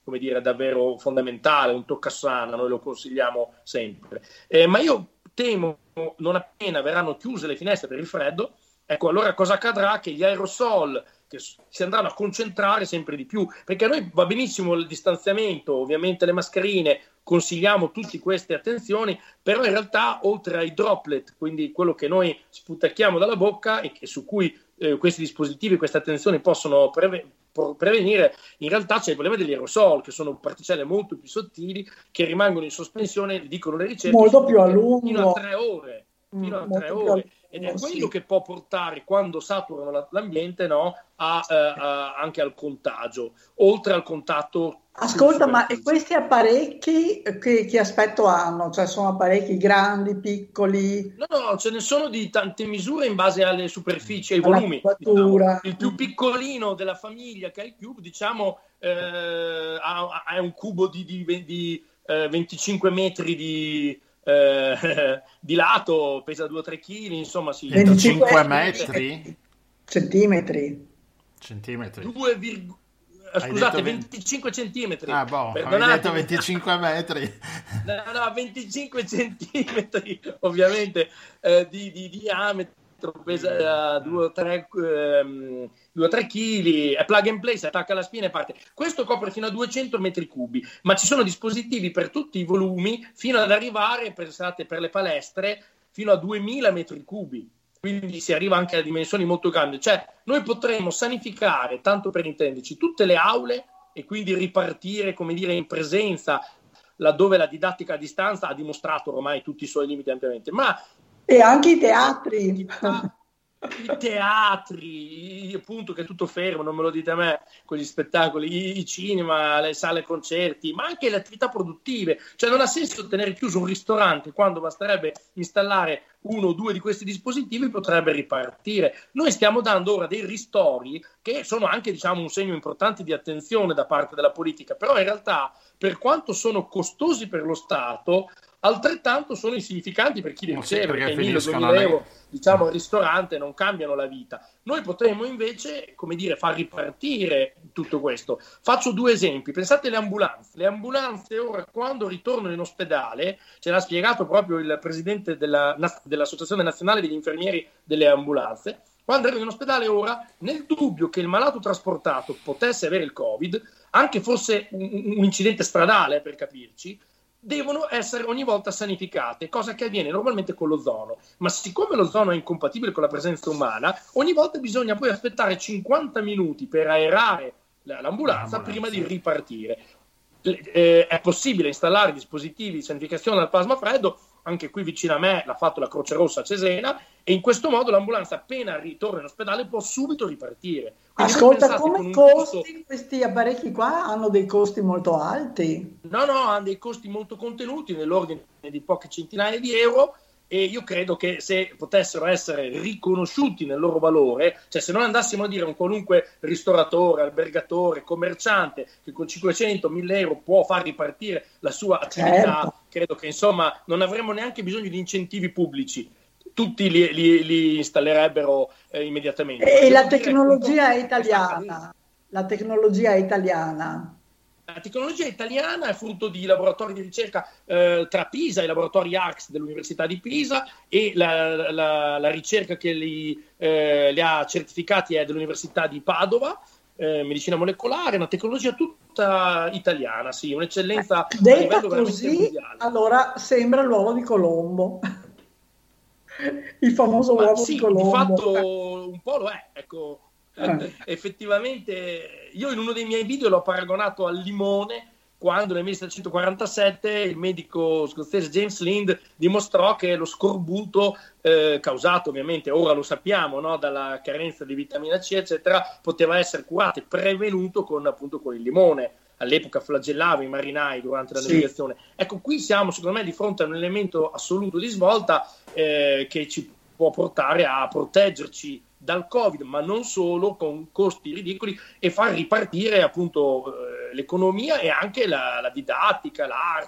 come dire, davvero fondamentale, un toccasana, noi lo consigliamo sempre. Eh, ma io temo, non appena verranno chiuse le finestre per il freddo, ecco, allora cosa accadrà? Che gli aerosol che si andranno a concentrare sempre di più, perché a noi va benissimo il distanziamento, ovviamente le mascherine, consigliamo tutte queste attenzioni, però in realtà oltre ai droplet, quindi quello che noi sputacchiamo dalla bocca e che, su cui eh, questi dispositivi, queste attenzioni possono preve- prevenire, in realtà c'è il problema degli aerosol, che sono particelle molto più sottili, che rimangono in sospensione, dicono le ricerche, molto più a lungo, fino a tre ore. Fino Mm, a tre molto ore più a ed è lungo, quello sì. che può portare, quando saturano la- l'ambiente, no, a, eh, a- anche al contagio, oltre al contatto. Ascolta, sulla ma e superficie. questi apparecchi che, che aspetto hanno? Cioè sono apparecchi grandi, piccoli, No, no, ce ne sono di tante misure in base alle superfici, ai alla volumi. Diciamo. curvatura? Il più piccolino della famiglia, che è il Cube, diciamo, eh, ha, ha un cubo di, di- di, eh, venticinque metri di, eh, di lato, pesa due o tre chili, insomma, si venticinque venticinque metri? centimetri. Centimetri. due virg- eh, Hai scusate, detto ve- venticinque centimetri. Ah, boh, avevi Perdonatemi. detto venticinque metri. No, no, venticinque centimetri ovviamente eh, di, di diametro, pesa due o tre chili, è plug and play, si attacca alla spina e parte. Questo copre fino a duecento metri cubi, ma ci sono dispositivi per tutti i volumi fino ad arrivare, pensate, per le palestre, fino a duemila metri cubi. Quindi si arriva anche a dimensioni molto grandi. Cioè, noi potremmo sanificare, tanto per intenderci, tutte le aule e quindi ripartire, come dire, in presenza, laddove la didattica a distanza ha dimostrato ormai tutti i suoi limiti ampiamente. Ma E anche i teatri. i teatri, appunto, che è tutto fermo, non me lo dite a me, quegli spettacoli, i cinema, le sale concerti, ma anche le attività produttive. Cioè non ha senso tenere chiuso un ristorante quando basterebbe installare uno o due di questi dispositivi, potrebbe ripartire. Noi stiamo dando ora dei ristori che sono anche, diciamo, un segno importante di attenzione da parte della politica, però in realtà, per quanto sono costosi per lo Stato, altrettanto sono insignificanti per chi li Oh, sì, riceve, perché perché mille finiscono duemila lì. euro, diciamo, al ristorante non cambiano la vita. Noi potremmo invece, come dire, far ripartire tutto questo. Faccio due esempi. Pensate alle ambulanze. Le ambulanze ora, quando ritornano in ospedale, ce l'ha spiegato proprio il presidente della, dell'Associazione Nazionale degli Infermieri delle Ambulanze, quando arrivano in ospedale ora, nel dubbio che il malato trasportato potesse avere il Covid, anche fosse un, un incidente stradale, per capirci, devono essere ogni volta sanificate, cosa che avviene normalmente con l'ozono. Ma siccome l'ozono è incompatibile con la presenza umana, ogni volta bisogna poi aspettare cinquanta minuti per aerare l'ambulanza, L'ambulanza. prima di ripartire. Eh, è possibile installare dispositivi di sanificazione al plasma freddo, anche qui vicino a me l'ha fatto la Croce Rossa a Cesena, e in questo modo l'ambulanza, appena ritorna in ospedale, può subito ripartire. Quindi voi Ascolta, pensate, con come un costi costo- questi apparecchi qua hanno dei costi molto alti. No, no, hanno dei costi molto contenuti, nell'ordine di poche centinaia di euro, e io credo che se potessero essere riconosciuti nel loro valore, cioè se noi andassimo a dire a un qualunque ristoratore, albergatore, commerciante che con cinquecento mille euro può far ripartire la sua attività, Certo. credo che insomma non avremmo neanche bisogno di incentivi pubblici, tutti li, li- li installerebbero eh, immediatamente. E Devo la dire, tecnologia è purtroppo, questa italiana. La tecnologia è italiana. La tecnologia italiana è frutto di laboratori di ricerca eh, tra Pisa, i laboratori A R C S dell'Università di Pisa, e la, la- la ricerca che li, eh, li ha certificati è dell'Università di Padova, eh, medicina molecolare, una tecnologia tutta italiana, sì, un'eccellenza a Detta livello veramente così, mondiale. allora sembra l'uovo di Colombo. Il famoso Ma uovo sì, di di Colombo. fatto un po' lo è, ecco. Eh. Effettivamente io in uno dei miei video l'ho paragonato al limone, quando nel millenovecentoquarantasette il medico scozzese James Lind dimostrò che lo scorbuto eh, causato ovviamente, ora lo sappiamo, no, dalla carenza di vitamina C eccetera, poteva essere curato e prevenuto con, appunto, con il limone. All'epoca flagellava i marinai durante la Sì. navigazione. Ecco, qui siamo secondo me di fronte a un elemento assoluto di svolta eh, che ci può portare a proteggerci dal Covid, ma non solo, con costi ridicoli, e far ripartire appunto eh, l'economia e anche la, la didattica, l'arte, tutto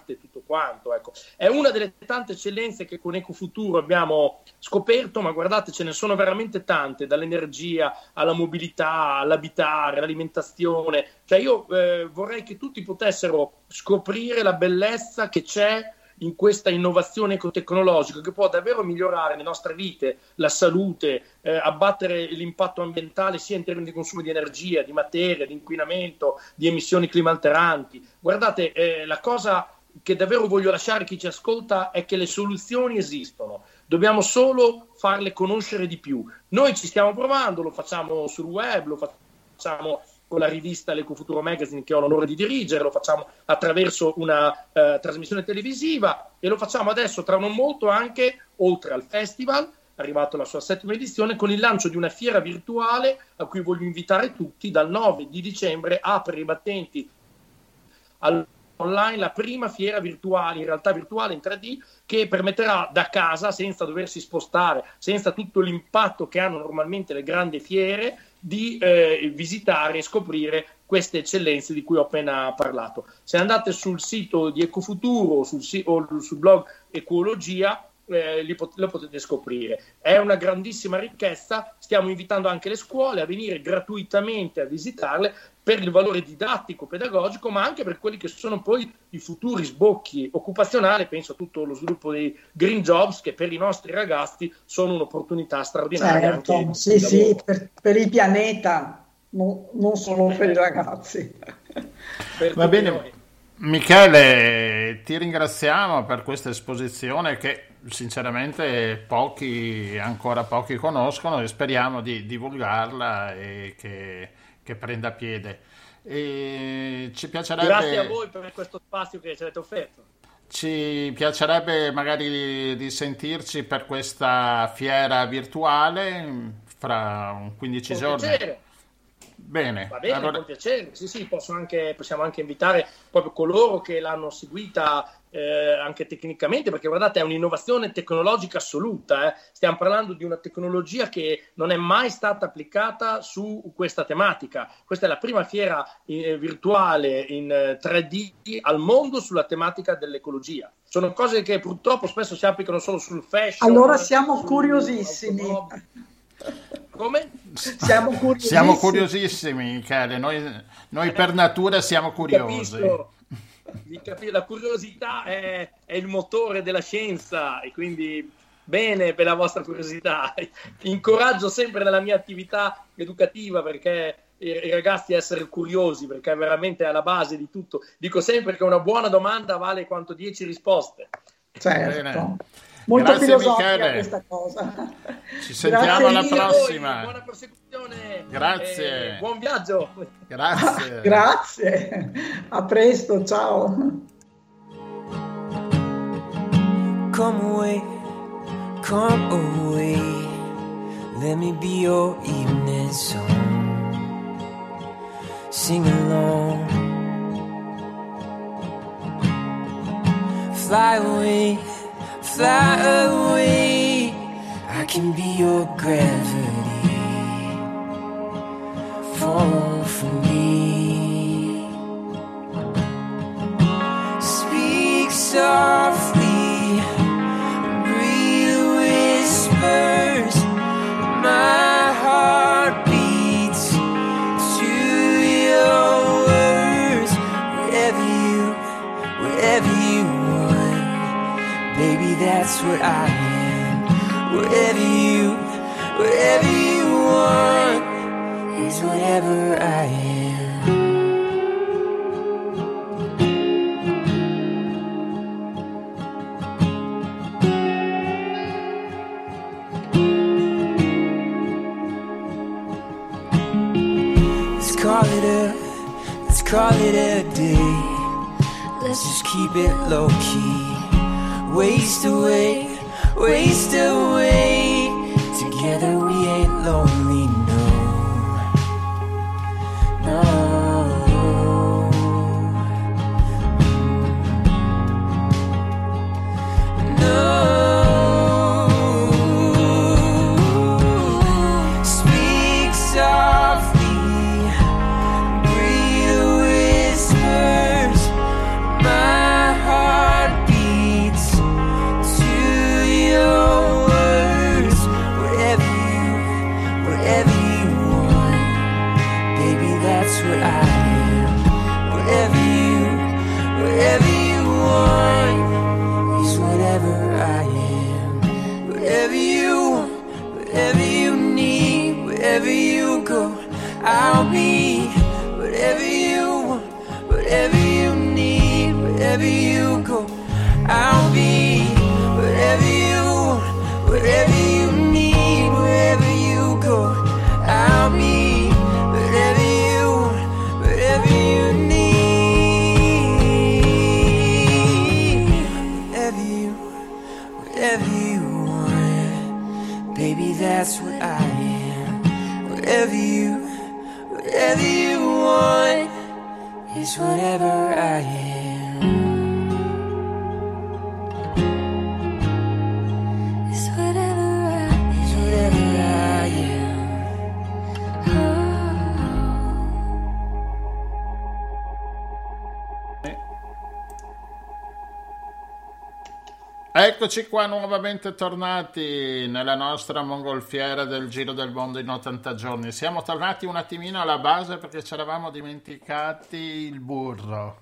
quanto. Ecco. È una delle tante eccellenze che con Ecofuturo abbiamo scoperto, ma guardate, ce ne sono veramente tante, dall'energia alla mobilità, all'abitare, all'alimentazione. Cioè io eh, vorrei che tutti potessero scoprire la bellezza che c'è in questa innovazione ecotecnologica che può davvero migliorare le nostre vite, la salute, eh, abbattere l'impatto ambientale sia in termini di consumo di energia, di materia, di inquinamento, di emissioni climalteranti. Guardate, eh, la cosa che davvero voglio lasciare a chi ci ascolta è che le soluzioni esistono, dobbiamo solo farle conoscere di più. Noi ci stiamo provando, lo facciamo sul web, lo facciamo con la rivista L'Ecofuturo Magazine che ho l'onore di dirigere, lo facciamo attraverso una eh, trasmissione televisiva e lo facciamo adesso tra non molto anche, oltre al festival, arrivato alla sua settima edizione, con il lancio di una fiera virtuale a cui voglio invitare tutti. Dal nove di dicembre apre i battenti al online la prima fiera virtuale, in realtà virtuale in tre D, che permetterà da casa, senza doversi spostare, senza tutto l'impatto che hanno normalmente le grandi fiere, di eh, visitare e scoprire queste eccellenze di cui ho appena parlato. Se andate sul sito di Ecofuturo o sul, o sul blog Ecologia, eh, li pot- lo potete scoprire. È una grandissima ricchezza, stiamo invitando anche le scuole a venire gratuitamente a visitarle per il valore didattico, pedagogico, ma anche per quelli che sono poi i futuri sbocchi occupazionali. Penso a tutto lo sviluppo dei green jobs, che per i nostri ragazzi sono un'opportunità straordinaria. Certo, anche sì, sì, per, per il pianeta, no, non solo per i ragazzi. Per Va tutti bene, noi. Michele, ti ringraziamo per questa esposizione che sinceramente pochi, ancora pochi conoscono, e speriamo di divulgarla e che, che prenda piede. E ci piacerebbe... Grazie a voi per questo spazio che ci avete offerto. Ci piacerebbe magari risentirci per questa fiera virtuale fra un quindici Con giorni. piacere. Bene, Va bene, allora- con piacere. Sì, sì, posso anche, possiamo anche invitare proprio coloro che l'hanno seguita eh, anche tecnicamente, perché guardate, è un'innovazione tecnologica assoluta. eh. Stiamo parlando di una tecnologia che non è mai stata applicata su questa tematica. Questa è la prima fiera eh, virtuale in eh, tre D al mondo sulla tematica dell'ecologia. Sono cose che purtroppo spesso si applicano solo sul fashion. Allora siamo su curiosissimi. automobili. Come? Siamo curiosissimi. Siamo curiosissimi, Michele. Noi, noi per natura siamo curiosi. Capisco. Vi capi- la curiosità è, è il motore della scienza, e quindi bene per la vostra curiosità. Incoraggio sempre nella mia attività educativa, perché i, i ragazzi a essere curiosi, perché è veramente alla base di tutto. Dico sempre che una buona domanda vale quanto dieci risposte. Certo. Bene. Molto Grazie, filosofica Michele. questa cosa. Ci sentiamo Grazie alla mille. prossima. Buona prosecuzione. Grazie. Eh, buon viaggio. Grazie. Grazie. A presto, ciao. Come away, come away. Let me be your evening song. Sing along. Fly away, fly away. I can be your gravity. Fall for me. Speak softly, breathe whispers. My heart beats to your words. Wherever you, wherever you want, baby, that's what I am. Wherever you, wherever you want, is whatever I am. Let's call it a, let's call it a day. Let's just keep it low key. Waste away, waste away. Together we ain't lonely, no. No. No. Speak softly, breathe whispers. My heart that's what I am. Whatever you, whatever you want is whatever I am. Whatever you want, whatever you need, wherever you go, I'll be. Whatever you want, whatever you need, wherever you go, I'll be. Whatever you want, whatever you need, wherever you go, I'll be. Whatever you want, whatever you need, whatever you, whatever you want, baby, that's what I am. Whatever you, whatever you want is whatever I am. It's whatever I, it's whatever I am. Eccoci qua nuovamente tornati nella nostra mongolfiera del Giro del Mondo in ottanta giorni. Siamo tornati un attimino alla base perché ci eravamo dimenticati il burro.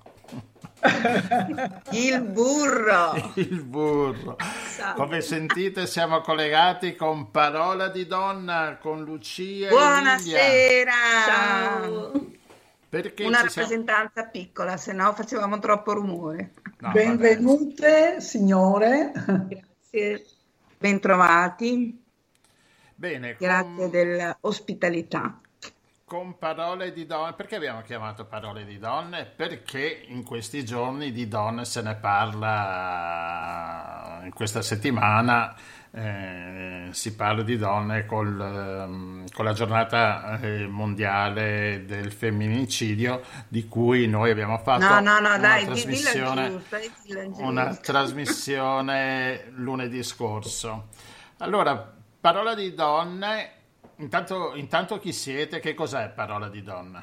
Il burro. Il burro. Come sentite siamo collegati con Parola di Donna, con Lucia e Emilia. Buonasera. Ciao. Perché Una ci siamo- rappresentanza piccola, se no facevamo troppo rumore. No, Benvenute signore. Grazie, bentrovati, Bene, grazie con, dell'ospitalità. con Parole di Donne, perché abbiamo chiamato Parole di Donne? Perché in questi giorni di donne se ne parla, in questa settimana eh, si parla di donne col, ehm, con la giornata eh, mondiale del femminicidio, di cui noi abbiamo fatto No, no, no, una dai, di- dilla trasmissione, giusta, dilla giusta. una trasmissione lunedì scorso. Allora, Parola di Donne, intanto, intanto chi siete? Che cos'è Parola di Donna?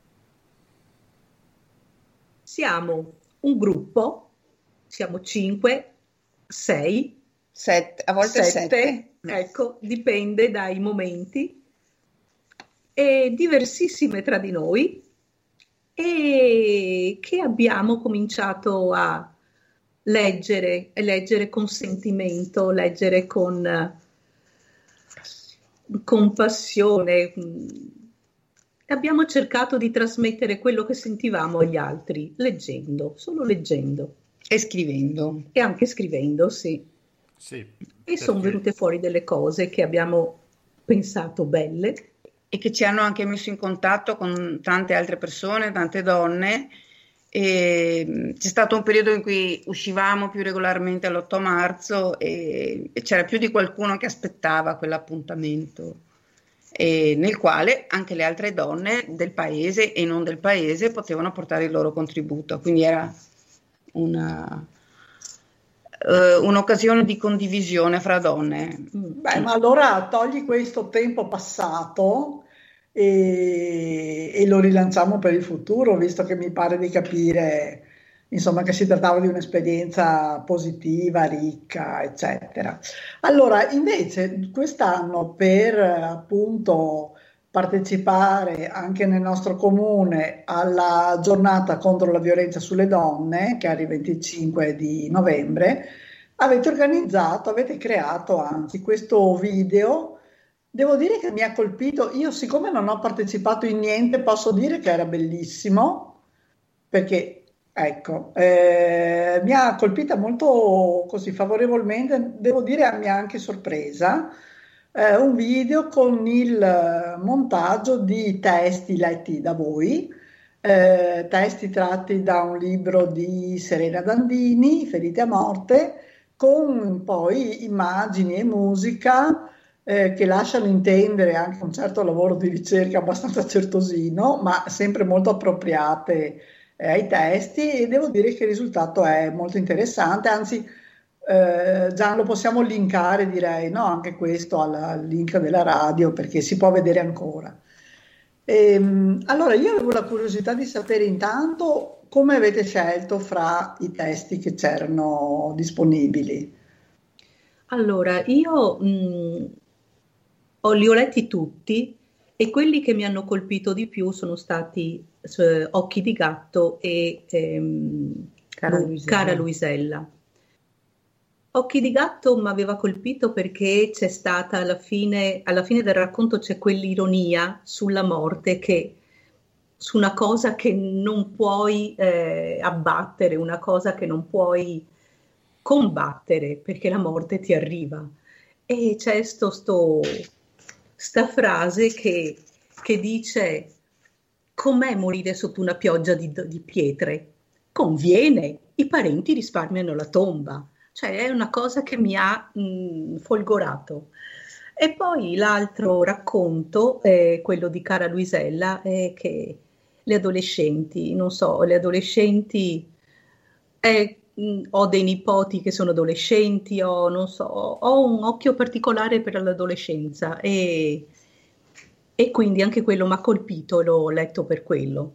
Siamo un gruppo, siamo cinque, sei, Sette, a volte sette, sette. ecco, dipende dai momenti, e diversissime tra di noi, e che abbiamo cominciato a leggere, e leggere con sentimento, leggere con, eh, con passione. mm, Abbiamo cercato di trasmettere quello che sentivamo agli altri, leggendo, solo leggendo E scrivendo. e anche scrivendo, sì. Sì, E sono perché- venute fuori delle cose che abbiamo pensato belle. E che ci hanno anche messo in contatto con tante altre persone, tante donne. E mh, c'è stato un periodo in cui uscivamo più regolarmente all'otto marzo e, e c'era più di qualcuno che aspettava quell'appuntamento, e nel quale anche le altre donne del paese e non del paese potevano portare il loro contributo. Quindi era una, eh, un'occasione di condivisione fra donne. Beh, ma allora togli questo tempo passato e, e lo rilanciamo per il futuro, visto che mi pare di capire, insomma, che si trattava di un'esperienza positiva, ricca, eccetera. Allora, invece, quest'anno per eh, appunto partecipare anche nel nostro comune alla giornata contro la violenza sulle donne, che arriva il venticinque di novembre, avete organizzato, avete creato anzi questo video. Devo dire che mi ha colpito, io siccome non ho partecipato in niente, posso dire che era bellissimo, perché ecco, eh, mi ha colpita molto così favorevolmente, devo dire mi ha anche sorpresa. Eh, un video con il montaggio di testi letti da voi, eh, testi tratti da un libro di Serena Dandini, Ferite a morte, con poi immagini e musica eh, che lasciano intendere anche un certo lavoro di ricerca abbastanza certosino, ma sempre molto appropriate eh, ai testi, e devo dire che il risultato è molto interessante, anzi eh, già lo possiamo linkare, direi, no? Anche questo al, al link della radio, perché si può vedere ancora. Ehm, allora, io avevo la curiosità di sapere intanto come avete scelto fra i testi che c'erano disponibili. Allora, io mh, ho, li ho letti tutti E quelli che mi hanno colpito di più sono stati eh, Occhi di gatto e ehm, Cara Lu- Luisella. Cara Luisella. Occhi di gatto mi aveva colpito perché c'è stata alla fine, alla fine del racconto c'è quell'ironia sulla morte, che su una cosa che non puoi eh, abbattere, una cosa che non puoi combattere perché la morte ti arriva. E c'è sto, sto, sta frase che, che dice: com'è morire sotto una pioggia di, di pietre? Conviene, i parenti risparmiano la tomba. Cioè è una cosa che mi ha mh, folgorato. E poi l'altro racconto, è quello di Cara Luisella, è che le adolescenti, non so, le adolescenti, è, mh, ho dei nipoti che sono adolescenti, ho, non so, ho un occhio particolare per l'adolescenza e, e quindi anche quello mi ha colpito, l'ho letto per quello.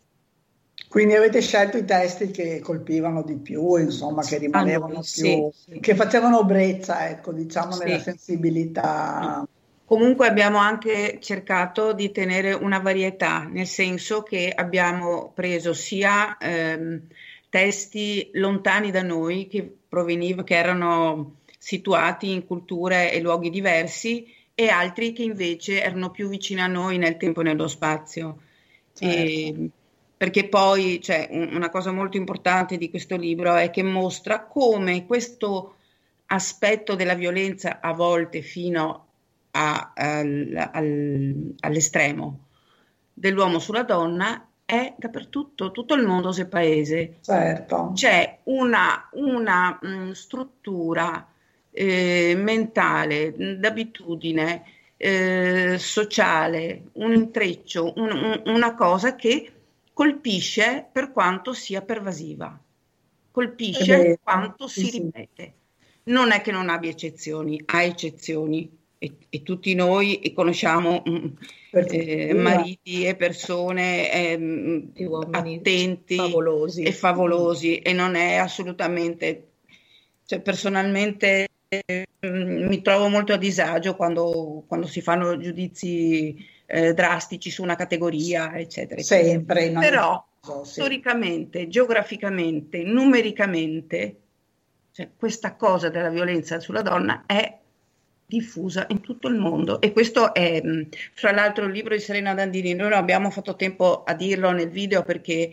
Quindi avete scelto i testi che colpivano di più, insomma, che rimanevano Ah, no, più, sì, sì. che facevano brezza, ecco, diciamo, nella Sì. sensibilità. Comunque abbiamo anche cercato di tenere una varietà, nel senso che abbiamo preso sia ehm, testi lontani da noi, che proveniv- che erano situati in culture e luoghi diversi, e altri che invece erano più vicini a noi nel tempo e nello spazio. Certo. E- perché poi c'è un- una cosa molto importante di questo libro è che mostra come questo aspetto della violenza, a volte fino a- al- al- all'estremo dell'uomo sulla donna, è dappertutto, tutto il mondo se paese. Certo. C'è una, una, mh, struttura eh, mentale, mh, d'abitudine, eh, sociale, un intreccio, un- un- una cosa che colpisce per quanto sia pervasiva, colpisce È vero, quanto sì, si sì. ripete. Non è che non abbia eccezioni, ha eccezioni e, e tutti noi conosciamo mm, Per eh, fortuna. mariti e persone ehm, Di uomini attenti favolosi. e favolosi, e non è assolutamente, cioè personalmente eh, mi trovo molto a disagio quando, quando si fanno giudizi eh, drastici su una categoria, eccetera, eccetera. Sempre, in ogni Però caso, sì. storicamente, geograficamente, numericamente, cioè, questa cosa della violenza sulla donna è diffusa in tutto il mondo, e questo è, mh, fra l'altro, il libro di Serena Dandini. Noi non abbiamo fatto tempo a dirlo nel video perché,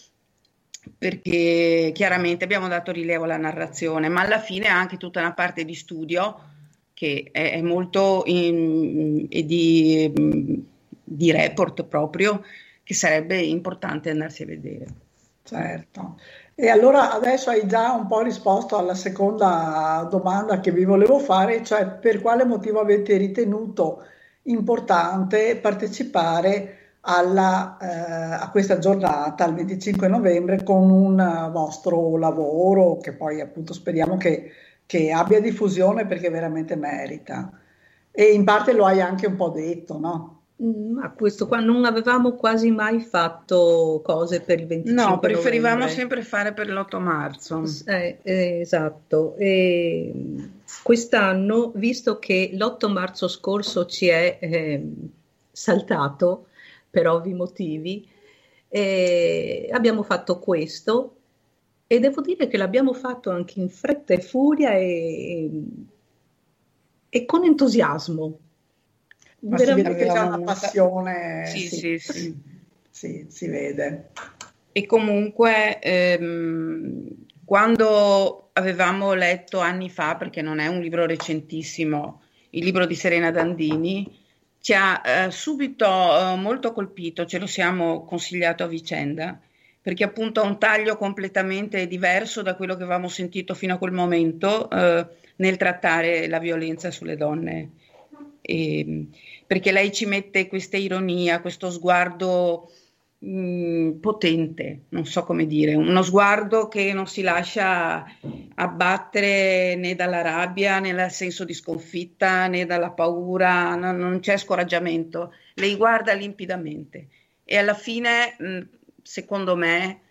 perché chiaramente abbiamo dato rilievo alla narrazione, ma alla fine ha anche tutta una parte di studio che è, è molto in- e di, mh, di report proprio, che sarebbe importante andarsi a vedere. Certo. E allora adesso hai già un po' risposto alla seconda domanda che vi volevo fare, cioè per quale motivo avete ritenuto importante partecipare alla, eh, a questa giornata, il venticinque novembre, con un eh, vostro lavoro che poi appunto speriamo che, che abbia diffusione perché veramente merita. E in parte lo hai anche un po' detto, no? Mm, Ma questo qua non avevamo quasi mai fatto cose per il venticinque No, preferivamo novembre. sempre fare per l'otto marzo. S- eh, eh, esatto. E mm, quest'anno, visto che l'otto marzo scorso ci è ehm, saltato per ovvi motivi, eh, abbiamo fatto questo e devo dire che l'abbiamo fatto anche in fretta e furia e, e con entusiasmo. Ma si vede Veramente. che c'è Avevamo una molta- passione, Sì, sì, sì, sì. sì, si vede. E comunque ehm, quando avevamo letto anni fa, perché non è un libro recentissimo, il libro di Serena Dandini, ci ha eh, subito eh, molto colpito, ce lo siamo consigliato a vicenda, perché appunto ha un taglio completamente diverso da quello che avevamo sentito fino a quel momento eh, nel trattare la violenza sulle donne. E, perché lei ci mette questa ironia, questo sguardo mh, potente, non so come dire, uno sguardo che non si lascia abbattere né dalla rabbia, né dal senso di sconfitta, né dalla paura, no- non c'è scoraggiamento, lei guarda limpidamente e alla fine, mh, secondo me,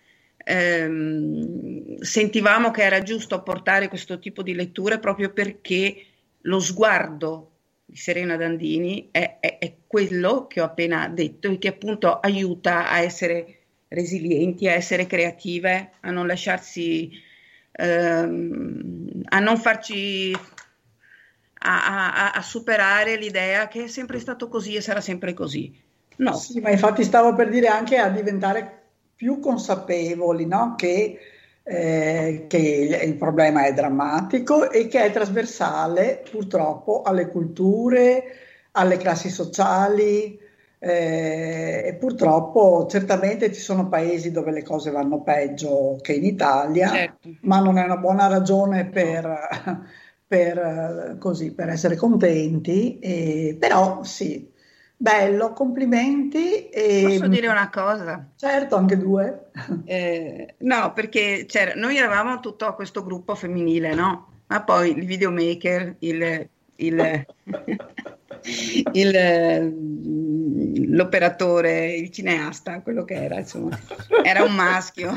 ehm, sentivamo che era giusto portare questo tipo di letture proprio perché lo sguardo di Serena Dandini è, è, è quello che ho appena detto e che appunto aiuta a essere resilienti, a essere creative, a non lasciarsi, ehm, a non farci, a, a, a superare l'idea che è sempre stato così e sarà sempre così. No. Sì, ma infatti stavo per dire anche a diventare più consapevoli, no? Che, eh, che il, il problema è drammatico e che è trasversale purtroppo alle culture, alle classi sociali. Eh, e purtroppo certamente ci sono paesi dove le cose vanno peggio che in Italia, Certo. ma non è una buona ragione per, per, così, per essere contenti, e, però sì, bello, complimenti. E, Posso dire una cosa? certo, anche due. Eh, no, perché c'era, noi eravamo tutto questo gruppo femminile, no? Ma poi il videomaker, il, il, il, l'operatore, il cineasta, quello che era, insomma, era un maschio.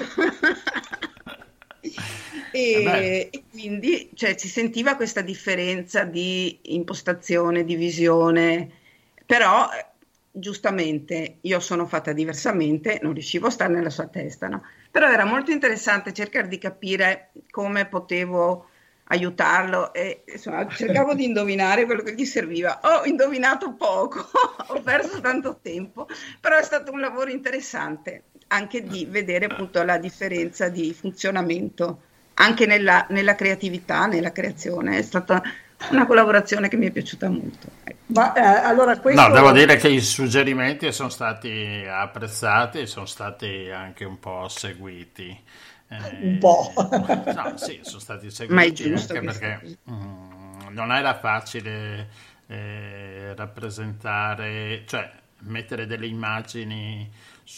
E, e quindi cioè, si sentiva questa differenza di impostazione, di visione, però eh, giustamente io sono fatta diversamente, non riuscivo a stare nella sua testa, no? Però era molto interessante cercare di capire come potevo aiutarlo e insomma, cercavo di indovinare quello che gli serviva. Ho indovinato poco, ho perso tanto tempo, però è stato un lavoro interessante anche di vedere appunto la differenza di funzionamento anche nella, nella creatività, nella creazione. È stata una collaborazione che mi è piaciuta molto. Ma eh, allora questo... No, devo dire che i suggerimenti sono stati apprezzati e sono stati anche un po' seguiti. Eh, un po'. No, sì, sono stati seguiti. Ma è giusto anche che perché mm, non era facile eh, rappresentare, cioè mettere delle immagini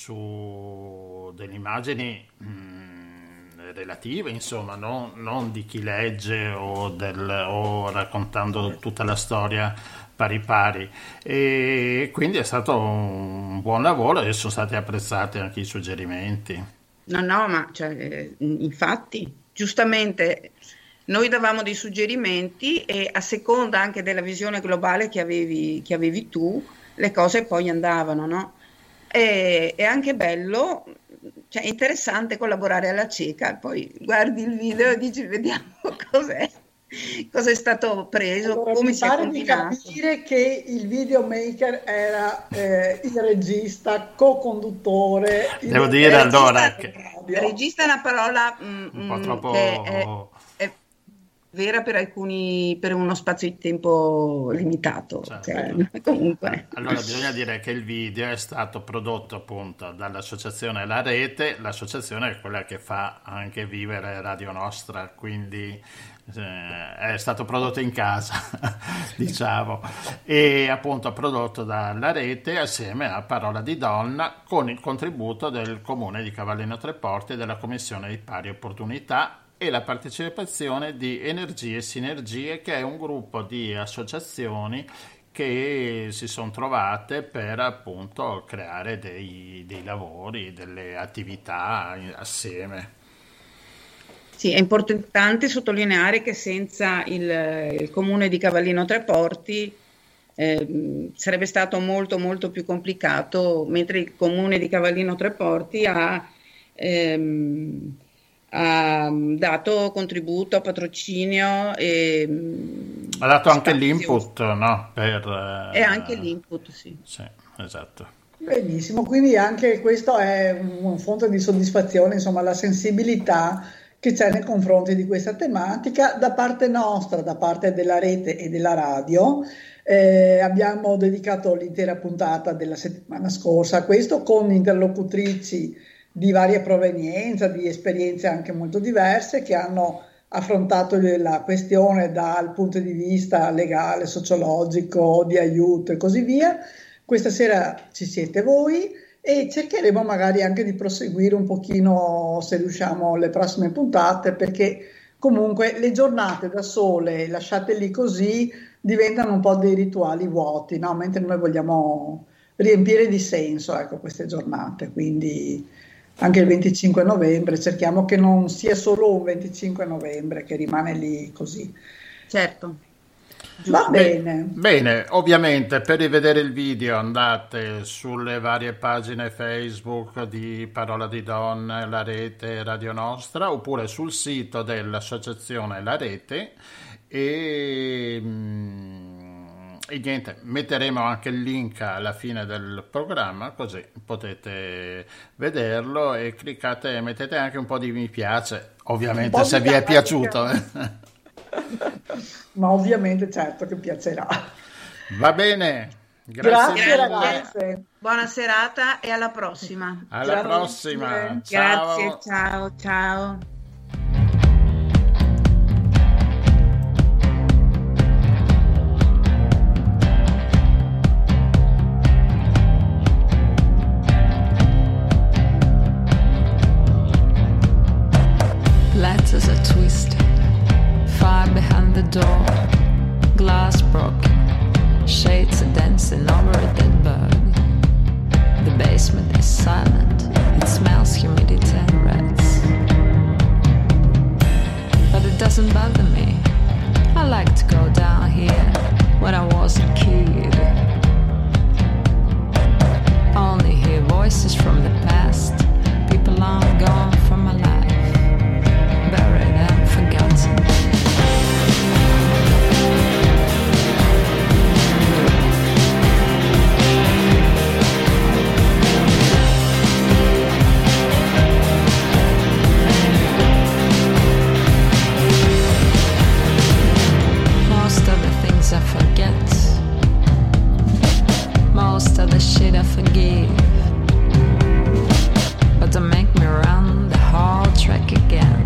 su delle immagini mh, relative, insomma, non, non di chi legge o, del, o raccontando tutta la storia pari pari, e quindi è stato un buon lavoro e sono stati apprezzati anche i suggerimenti. No, no, ma cioè, infatti, giustamente noi davamo dei suggerimenti e a seconda anche della visione globale che avevi, che avevi tu, le cose poi andavano, no? E, è anche bello, cioè è interessante collaborare alla cieca, poi guardi il video e dici vediamo cos'è, cosa è stato preso, Allora, come mi si è pare di combinato. capire che il videomaker era eh, il regista, co-conduttore. il- Devo dire regista- allora che radio. Regista è una parola mm, un po' mm, troppo... che è, è vera per alcuni, per uno spazio di tempo limitato. Certo. Cioè, comunque. Allora, bisogna dire che il video è stato prodotto appunto dall'associazione La Rete, l'associazione è quella che fa anche vivere Radio Nostra, quindi eh, è stato prodotto in casa, diciamo, e appunto prodotto dalla Rete assieme a Parola di Donna con il contributo del Comune di Cavallino Treporti e della Commissione di Pari Opportunità e la partecipazione di Energie e Sinergie, che è un gruppo di associazioni che si sono trovate per appunto creare dei, dei lavori, delle attività assieme. Sì, è importante sottolineare che senza il, il comune di Cavallino Treporti eh, sarebbe stato molto molto più complicato, mentre il comune di Cavallino Treporti ha, ehm, ha dato contributo, patrocinio e Ha dato anche spazio. l'input, no? Per, E anche l'input, sì. Sì, esatto. Benissimo, quindi anche questo è una fonte di soddisfazione, insomma, la sensibilità che c'è nei confronti di questa tematica da parte nostra, da parte della rete e della radio. Eh, abbiamo dedicato l'intera puntata della settimana scorsa a questo con interlocutrici di varia provenienza, di esperienze anche molto diverse, che hanno affrontato la questione dal punto di vista legale, sociologico, di aiuto e così via. Questa sera ci siete voi e cercheremo magari anche di proseguire un pochino, se riusciamo, le prossime puntate, perché comunque le giornate da sole, lasciate lì così, diventano un po' dei rituali vuoti, no? Mentre noi vogliamo riempire di senso, ecco, queste giornate, quindi anche il venticinque novembre cerchiamo che non sia solo un venticinque novembre che rimane lì così. Certo. Va bene. Bene, ovviamente per rivedere il video andate sulle varie pagine Facebook di Parola di Donne, La Rete, Radio Nostra, oppure sul sito dell'associazione La Rete e, e niente, metteremo anche il link alla fine del programma così potete vederlo e cliccate, mettete anche un po' di mi piace, ovviamente se vi è piaciuto. eh. Ma ovviamente certo che piacerà. Va bene, grazie, Grazie mille. ragazze. Buona serata e alla prossima. Alla Grazie. prossima, ciao. Grazie, ciao, ciao. Letters are twisted, far behind the door, glass broken, shades are dancing over a dead bird. The basement is silent, it smells humidity and rats. But it doesn't bother me, I like to go down here when I was a kid. Only hear voices from the past, people long gone from my life, buried and forgotten. Most of the things I forget, most of the shit I forgive, but don't make me run the whole track again.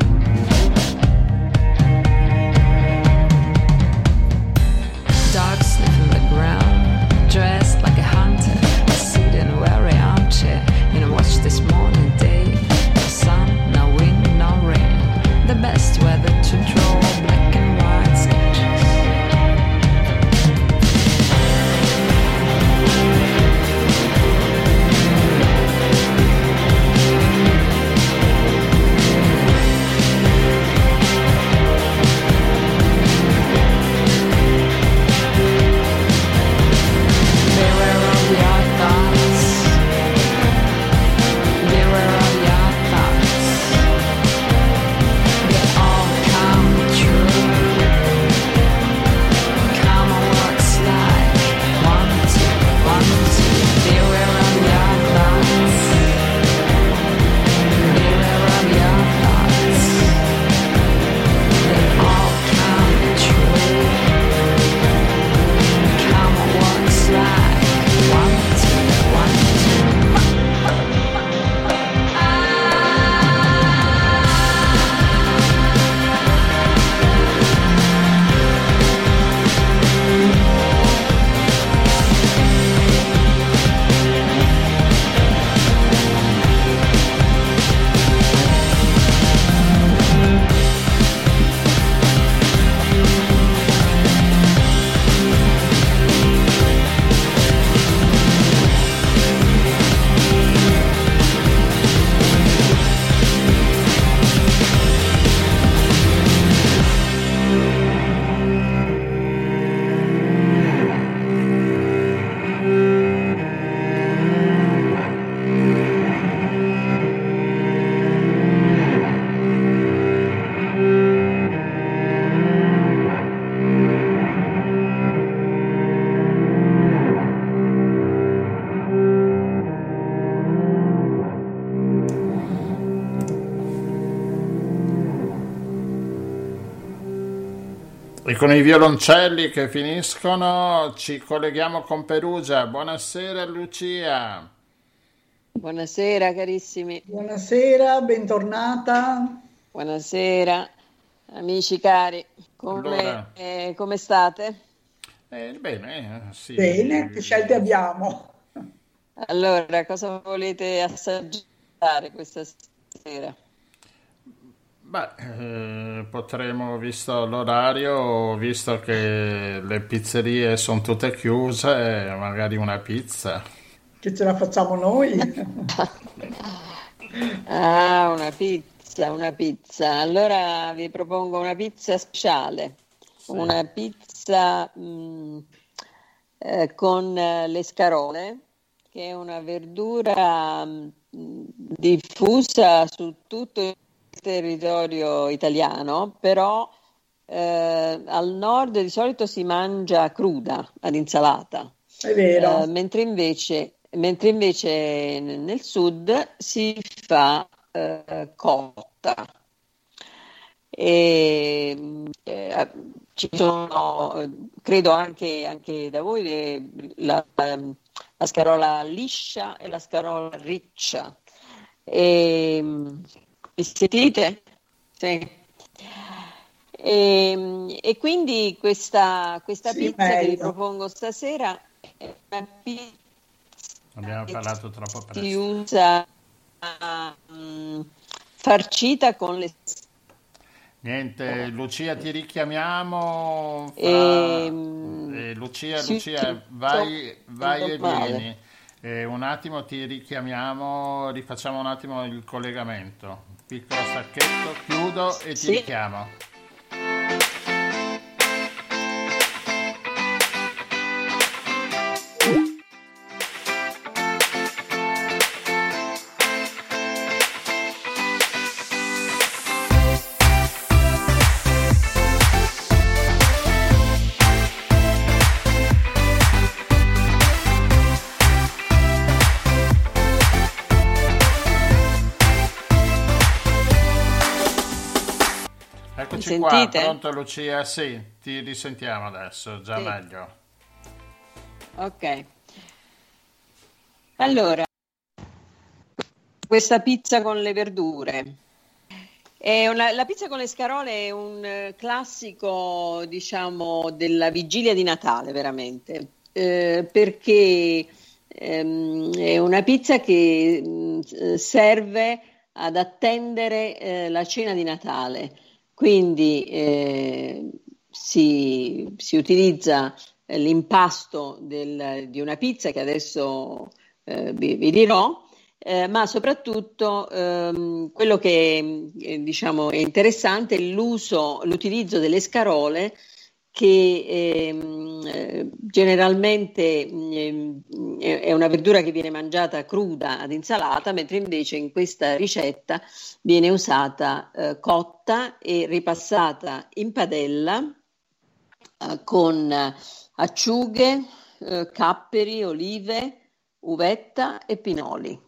Dog sniffing the ground, dressed like a hunter, sitting in a weary armchair, and I watch this morning day. No sun, no wind, no rain, the best weather to draw black and white sketches. Beware of your thoughts. Beware of your thoughts. They all come true. Karma works like one, two, one, two. Beware of your thoughts. Beware of your thoughts. They all come true. Karma works like one, two, one, two. E con i violoncelli che finiscono ci colleghiamo con Perugia. Buonasera Lucia. Buonasera carissimi, Buonasera, bentornata. buonasera amici cari, come, Allora. eh, come state? Eh, bene, eh, sì. Bene, che scelte abbiamo? Allora, cosa volete assaggiare questa sera? Beh, eh, potremo, visto l'orario, visto che le pizzerie sono tutte chiuse, magari una pizza. Che ce la facciamo noi? Ah, una pizza, una pizza. Allora vi propongo una pizza speciale. una pizza mh, eh, con eh, le scarole, che è una verdura mh, diffusa su tutto il territorio italiano, però eh, al nord di solito si mangia cruda ad insalata, È vero. eh, mentre invece, mentre invece n- nel sud si fa eh, cotta. E, mh, eh, ci sono, eh, credo anche, anche da voi, le- la, ehm, la scarola liscia e la scarola riccia. E, mh, mi sentite? Sì. E, e quindi questa, questa Sì, pizza che vi meglio. propongo stasera è una pizza Abbiamo che parlato troppo si presto. usa mm, farcita con le Niente, Lucia, ti richiamiamo. e, Fra... mm, eh, Lucia, si Lucia, usa vai, vai e male. vieni. Eh, un attimo ti richiamiamo, rifacciamo un attimo il collegamento. Piccolo stacchetto, chiudo e ti Sì. richiamo. Mi Eccoci qua, sentite? pronto Lucia? Sì, ti risentiamo adesso, già Sì. meglio. Ok. Allora, questa pizza con le verdure. È una- la pizza con le scarole è un eh, classico, diciamo, della vigilia di Natale, veramente. Eh, perché ehm, è una pizza che mh, eh, serve ad attendere eh, la cena di Natale. Quindi eh, si, si utilizza eh, l'impasto del- di una pizza che adesso eh, vi, vi dirò, eh, ma soprattutto ehm, quello che eh, diciamo è interessante è l'uso, l'utilizzo delle scarole che ehm, eh, generalmente mh, è è una verdura che viene mangiata cruda ad insalata, mentre invece in questa ricetta viene usata eh, cotta e ripassata in padella eh, con eh, acciughe, eh, capperi, olive, uvetta e pinoli.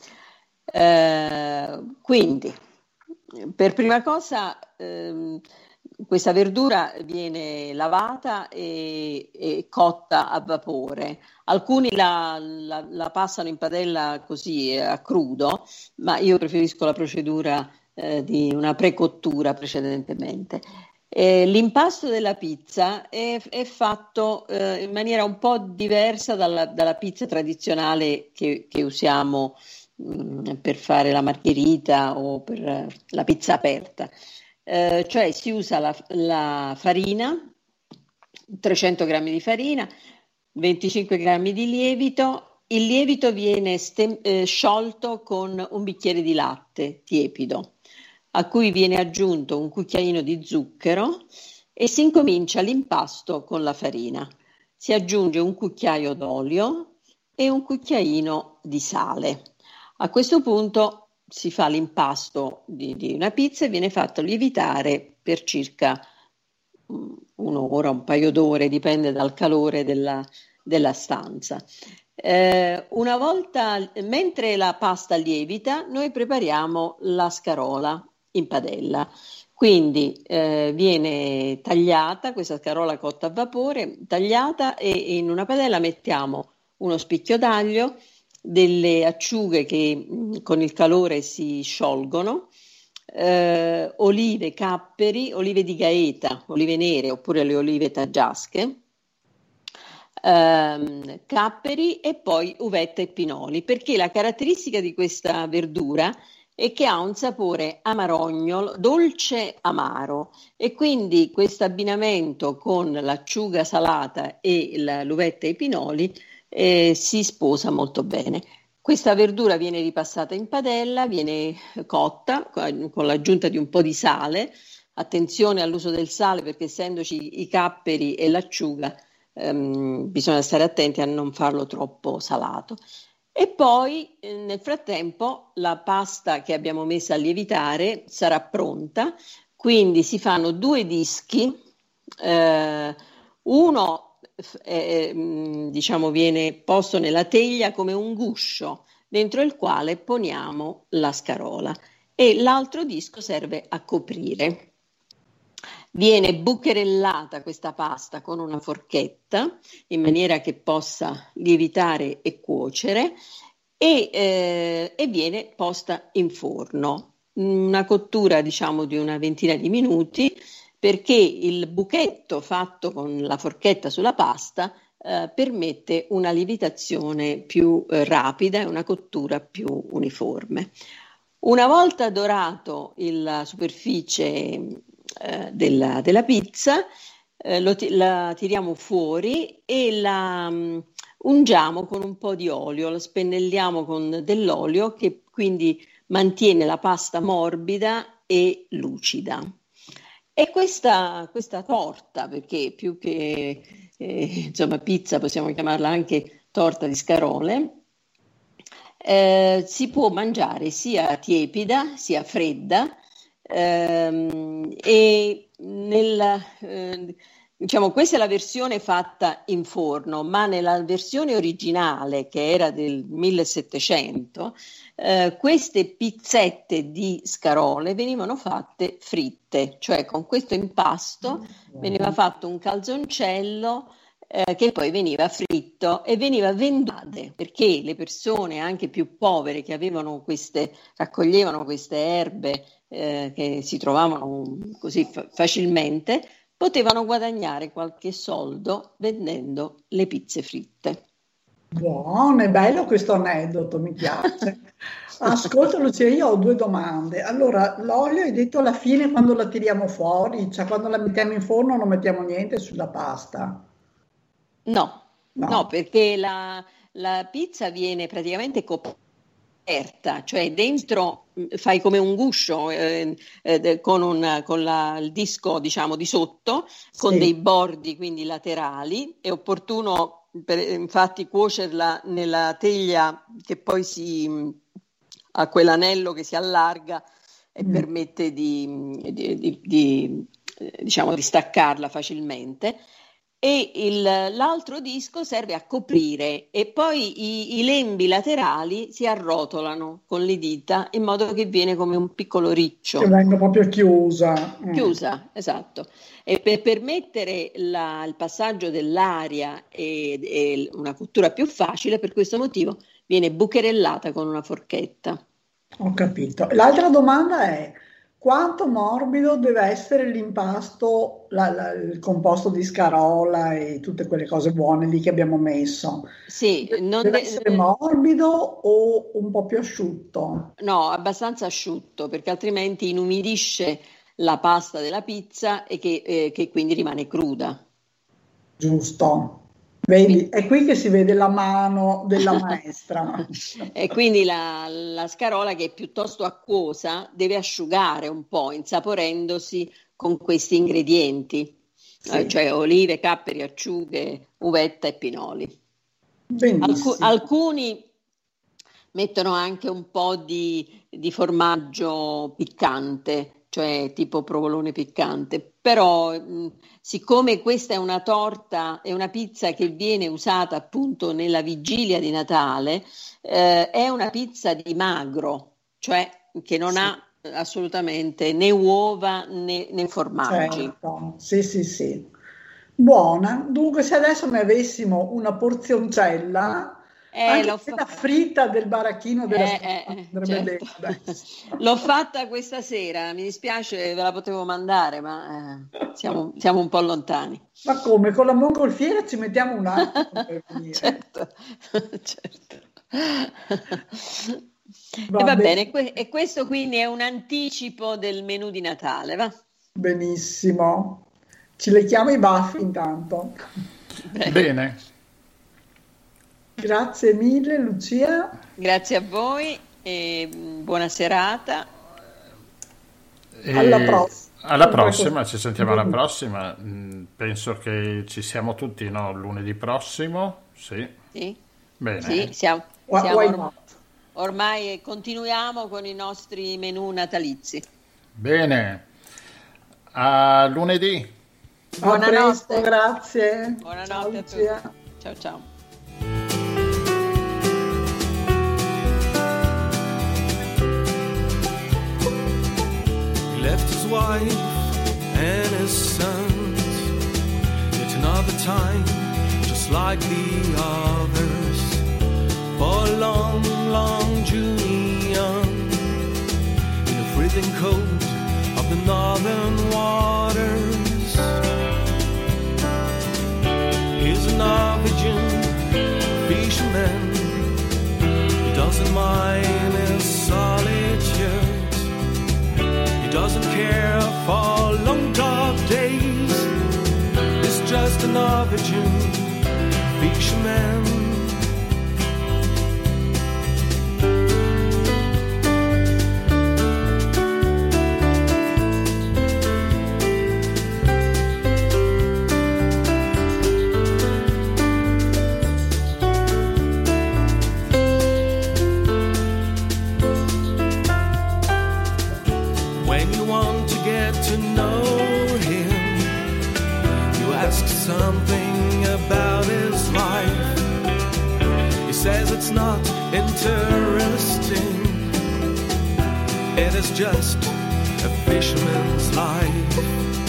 Eh, quindi, per prima cosa, ehm, questa verdura viene lavata e, e cotta a vapore. Alcuni la, la- la passano in padella così eh, a crudo, ma io preferisco la procedura eh, di una precottura precedentemente. Eh, l'impasto della pizza è, è fatto eh, in maniera un po' diversa dalla, dalla pizza tradizionale che, che usiamo mh, per fare la margherita o per eh, la pizza aperta. Eh, cioè si usa la, la farina, trecento grammi di farina, venticinque grammi di lievito. Il lievito viene stem- eh, sciolto con un bicchiere di latte tiepido, a cui viene aggiunto un cucchiaino di zucchero e si incomincia l'impasto con la farina. Si aggiunge un cucchiaio d'olio e un cucchiaino di sale. A questo punto si fa l'impasto di, di una pizza e viene fatto lievitare per circa mm, un'ora, un paio d'ore, dipende dal calore della, della stanza. Eh, una volta, mentre la pasta lievita, noi prepariamo la scarola in padella. Quindi eh, viene tagliata questa scarola cotta a vapore, tagliata, e in una padella mettiamo uno spicchio d'aglio, delle acciughe che mh, con il calore si sciolgono, eh, olive, capperi, olive di Gaeta, olive nere oppure le olive taggiasche, ehm, capperi e poi uvetta e pinoli, perché la caratteristica di questa verdura è che ha un sapore amarognolo, dolce amaro, e quindi questo abbinamento con l'acciuga salata e la- l'uvetta e i pinoli eh, si sposa molto bene. Questa verdura viene ripassata in padella, viene cotta con con l'aggiunta di un po' di sale attenzione all'uso del sale, perché essendoci i capperi e l'acciuga, ehm, bisogna stare attenti a non farlo troppo salato. E poi eh, nel frattempo la pasta che abbiamo messo a lievitare sarà pronta, quindi si fanno due dischi, eh, uno eh, mh, diciamo viene posto nella teglia come un guscio dentro il quale poniamo la scarola e l'altro disco serve a coprire. Viene bucherellata questa pasta con una forchetta in maniera che possa lievitare e cuocere e, eh, e viene posta in forno. Una cottura diciamo di una ventina di minuti, perché il buchetto fatto con la forchetta sulla pasta eh, permette una lievitazione più eh, rapida e una cottura più uniforme. Una volta dorato il- la superficie eh, della, della pizza, eh, lo ti- la tiriamo fuori e la mm, ungiamo con un po' di olio, la spennelliamo con dell'olio che quindi mantiene la pasta morbida e lucida. E questa, questa torta, perché più che eh, insomma pizza possiamo chiamarla anche torta di scarole, eh, si può mangiare sia tiepida sia fredda, ehm, e nel, eh, diciamo questa è la versione fatta in forno, ma nella versione originale che era del millesettecento, eh, queste pizzette di scarole venivano fatte fritte, cioè con questo impasto veniva fatto un calzoncello eh, che poi veniva fritto e veniva venduto, perché le persone anche più povere che avevano queste, raccoglievano queste erbe eh, che si trovavano così fa- facilmente, potevano guadagnare qualche soldo vendendo le pizze fritte. Buono, è bello questo aneddoto, mi piace. Ascolta Lucia, io ho due domande. Allora, l'olio hai detto alla fine quando la tiriamo fuori, cioè quando la mettiamo in forno non mettiamo niente sulla pasta? No, No. no, perché la, la pizza viene praticamente coperta, cioè dentro mh, fai come un guscio eh, eh, de- con, un, con la- il disco diciamo di sotto, con Sì. dei bordi quindi laterali. È opportuno per- infatti cuocerla nella teglia che poi si mh, ha quell'anello che si allarga e Mm. permette di, di- di- di, eh, diciamo, di staccarla facilmente. E il- l'altro disco serve a coprire e poi i, i lembi laterali si arrotolano con le dita in modo che viene come un piccolo Che riccio. venga proprio chiusa. Mm. Chiusa, esatto. E per permettere la- il passaggio dell'aria e, e una cottura più facile, per questo motivo viene bucherellata con una forchetta. Ho capito. L'altra domanda è quanto morbido deve essere l'impasto, la- la- il composto di scarola e tutte quelle cose buone lì che abbiamo messo? Sì, De- non Deve de- essere morbido o un po' più asciutto? no, abbastanza asciutto, perché altrimenti inumidisce la pasta della pizza e che, eh, che quindi rimane cruda. Giusto. Vedi, Quindi- è qui che si vede la mano della maestra. E quindi la, la scarola, che è piuttosto acquosa, deve asciugare un po', insaporendosi con questi ingredienti, Sì. eh, cioè olive, capperi, acciughe, uvetta e pinoli. Alcu- Benissimo. alcuni mettono anche un po' di, di formaggio piccante, cioè tipo provolone piccante, però mh, siccome questa è una torta, è una pizza che viene usata appunto nella vigilia di Natale, eh, è una pizza di magro, cioè che non Sì. ha assolutamente né uova né, né formaggi. Certo, sì, sì, sì. Buona. Dunque, se adesso ne avessimo una porzioncella, Eh, anche l'ho quella fa- fritta del baracchino della Eh, scuola, eh, eh, andrebbe certo. bene adesso. L'ho fatta questa sera, mi dispiace, ve la potevo mandare, ma eh, siamo, siamo un po' lontani. Ma come? Con la mongolfiera ci mettiamo un attimo per venire. Certo, certo. Va E va bene. bene, que- e questo quindi è un anticipo del menù di Natale, va? Benissimo. Ci lecchiamo i baffi intanto. Bene. Bene, Grazie mille, Lucia. Grazie a voi e mm, buona serata. E Alla prossima. alla Sempre prossima, così. ci sentiamo alla prossima. Mm, Penso che ci siamo tutti, no? Lunedì prossimo, sì. Sì, Bene. sì, siamo, Why- siamo why or- not? ormai continuiamo con i nostri menù natalizi. Bene. A lunedì. A Buonanotte. presto, grazie. Buonanotte Ciao, a tutti. Lucia. Ciao ciao. He left his wife and his sons. It's another time, just like the others. For a long, long journey on, in the freezing cold of the northern waters. He's a Norwegian fisherman. He doesn't mind his solitude. He doesn't care for long dark days. He's just a Norwegian fisherman. When you want to get to know him, you ask something about his life. He says it's not interesting. It is just a fisherman's life.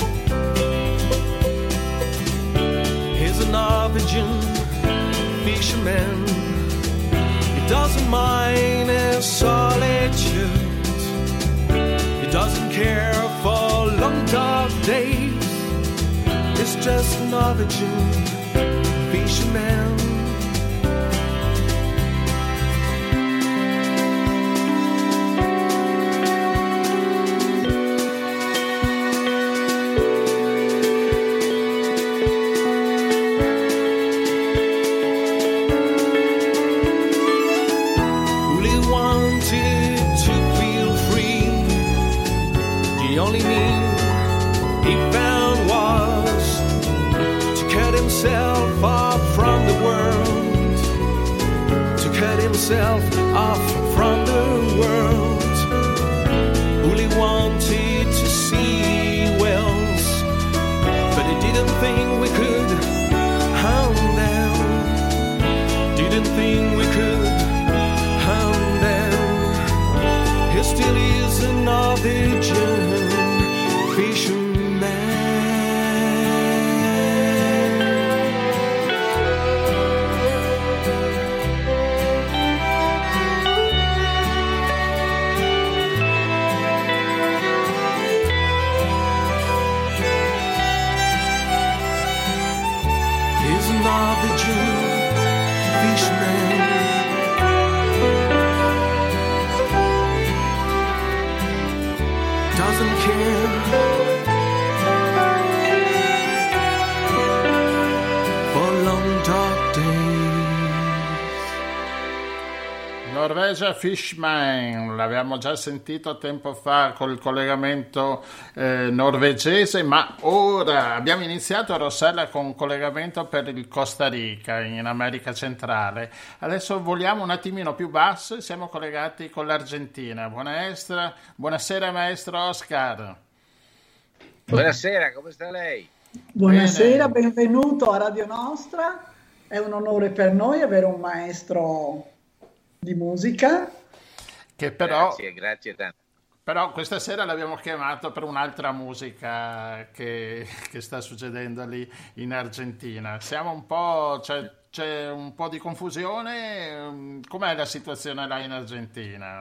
He's a Norwegian fisherman. He doesn't mind his solitude. He doesn't care for long dark days. It's just a Norwegian fisherman. Uli wanted to feel free. The only means he found was to cut himself off from the world, to cut himself off from the world. Uli wanted to see Wells, but he didn't think we could harm them. Didn't think we could harm them. He still is a Norwegian fisherman. He's a Norwegian fisherman. Doesn't care for long dark days. Norvegia Fishman, l'abbiamo già sentito tempo fa col collegamento eh, norvegese, ma ora abbiamo iniziato, Rossella, con un collegamento per il Costa Rica in America centrale. Adesso voliamo un attimino più basso e siamo collegati con l'Argentina. Buonasera, buonasera maestro Oscar. Buonasera, come sta lei? Buonasera, benvenuto a Radio Nostra. È un onore per noi avere un maestro di musica. Che però, Grazie, grazie tanto. però questa sera l'abbiamo chiamato per un'altra musica che, che sta succedendo lì in Argentina. Siamo un po', c'è, c'è un po' di confusione. Com'è la situazione là in Argentina?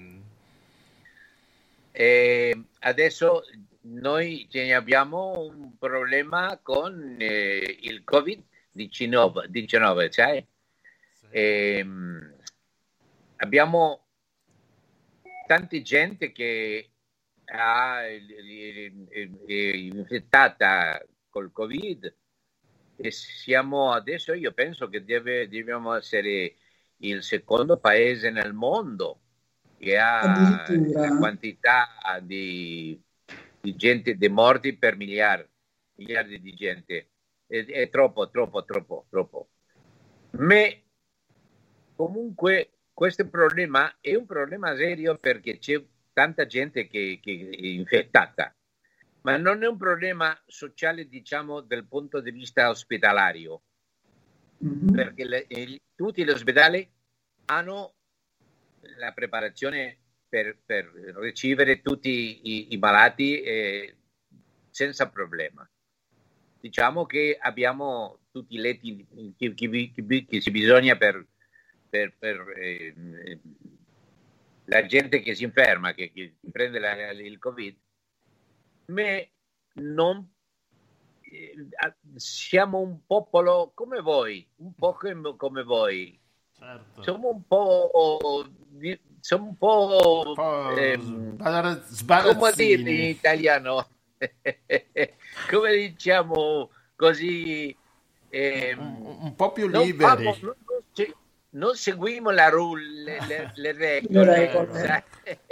Eh, adesso noi ce ne abbiamo un problema con eh, il covid diciannove, sai? Ehm, abbiamo tanta gente che ha è infettata col Covid e siamo adesso, io penso che deve, dobbiamo essere il secondo paese nel mondo che ha Addirittura. la quantità di di gente, di morti per miliardi, miliardi di gente. È, è troppo, troppo, troppo, troppo. Ma comunque questo problema è un problema serio perché c'è tanta gente che, che è infettata, ma non è un problema sociale, diciamo, dal punto di vista ospedalario, mm-hmm. perché le, il, tutti gli ospedali hanno la preparazione per, per ricevere tutti i, i malati eh, senza problema. Diciamo che abbiamo tutti i letti che, che, che, che si bisogna per, per, per eh, la gente che si inferma, che, che prende la, il Covid, ma non eh, siamo un popolo come voi, un po' come, come voi. Certo. Siamo un po' siamo un po', un po' ehm, come dire in italiano, come diciamo così, ehm, un, un po' più non liberi. Famo, non, non, non seguiamo la rule, le, le, le regole. Le regole.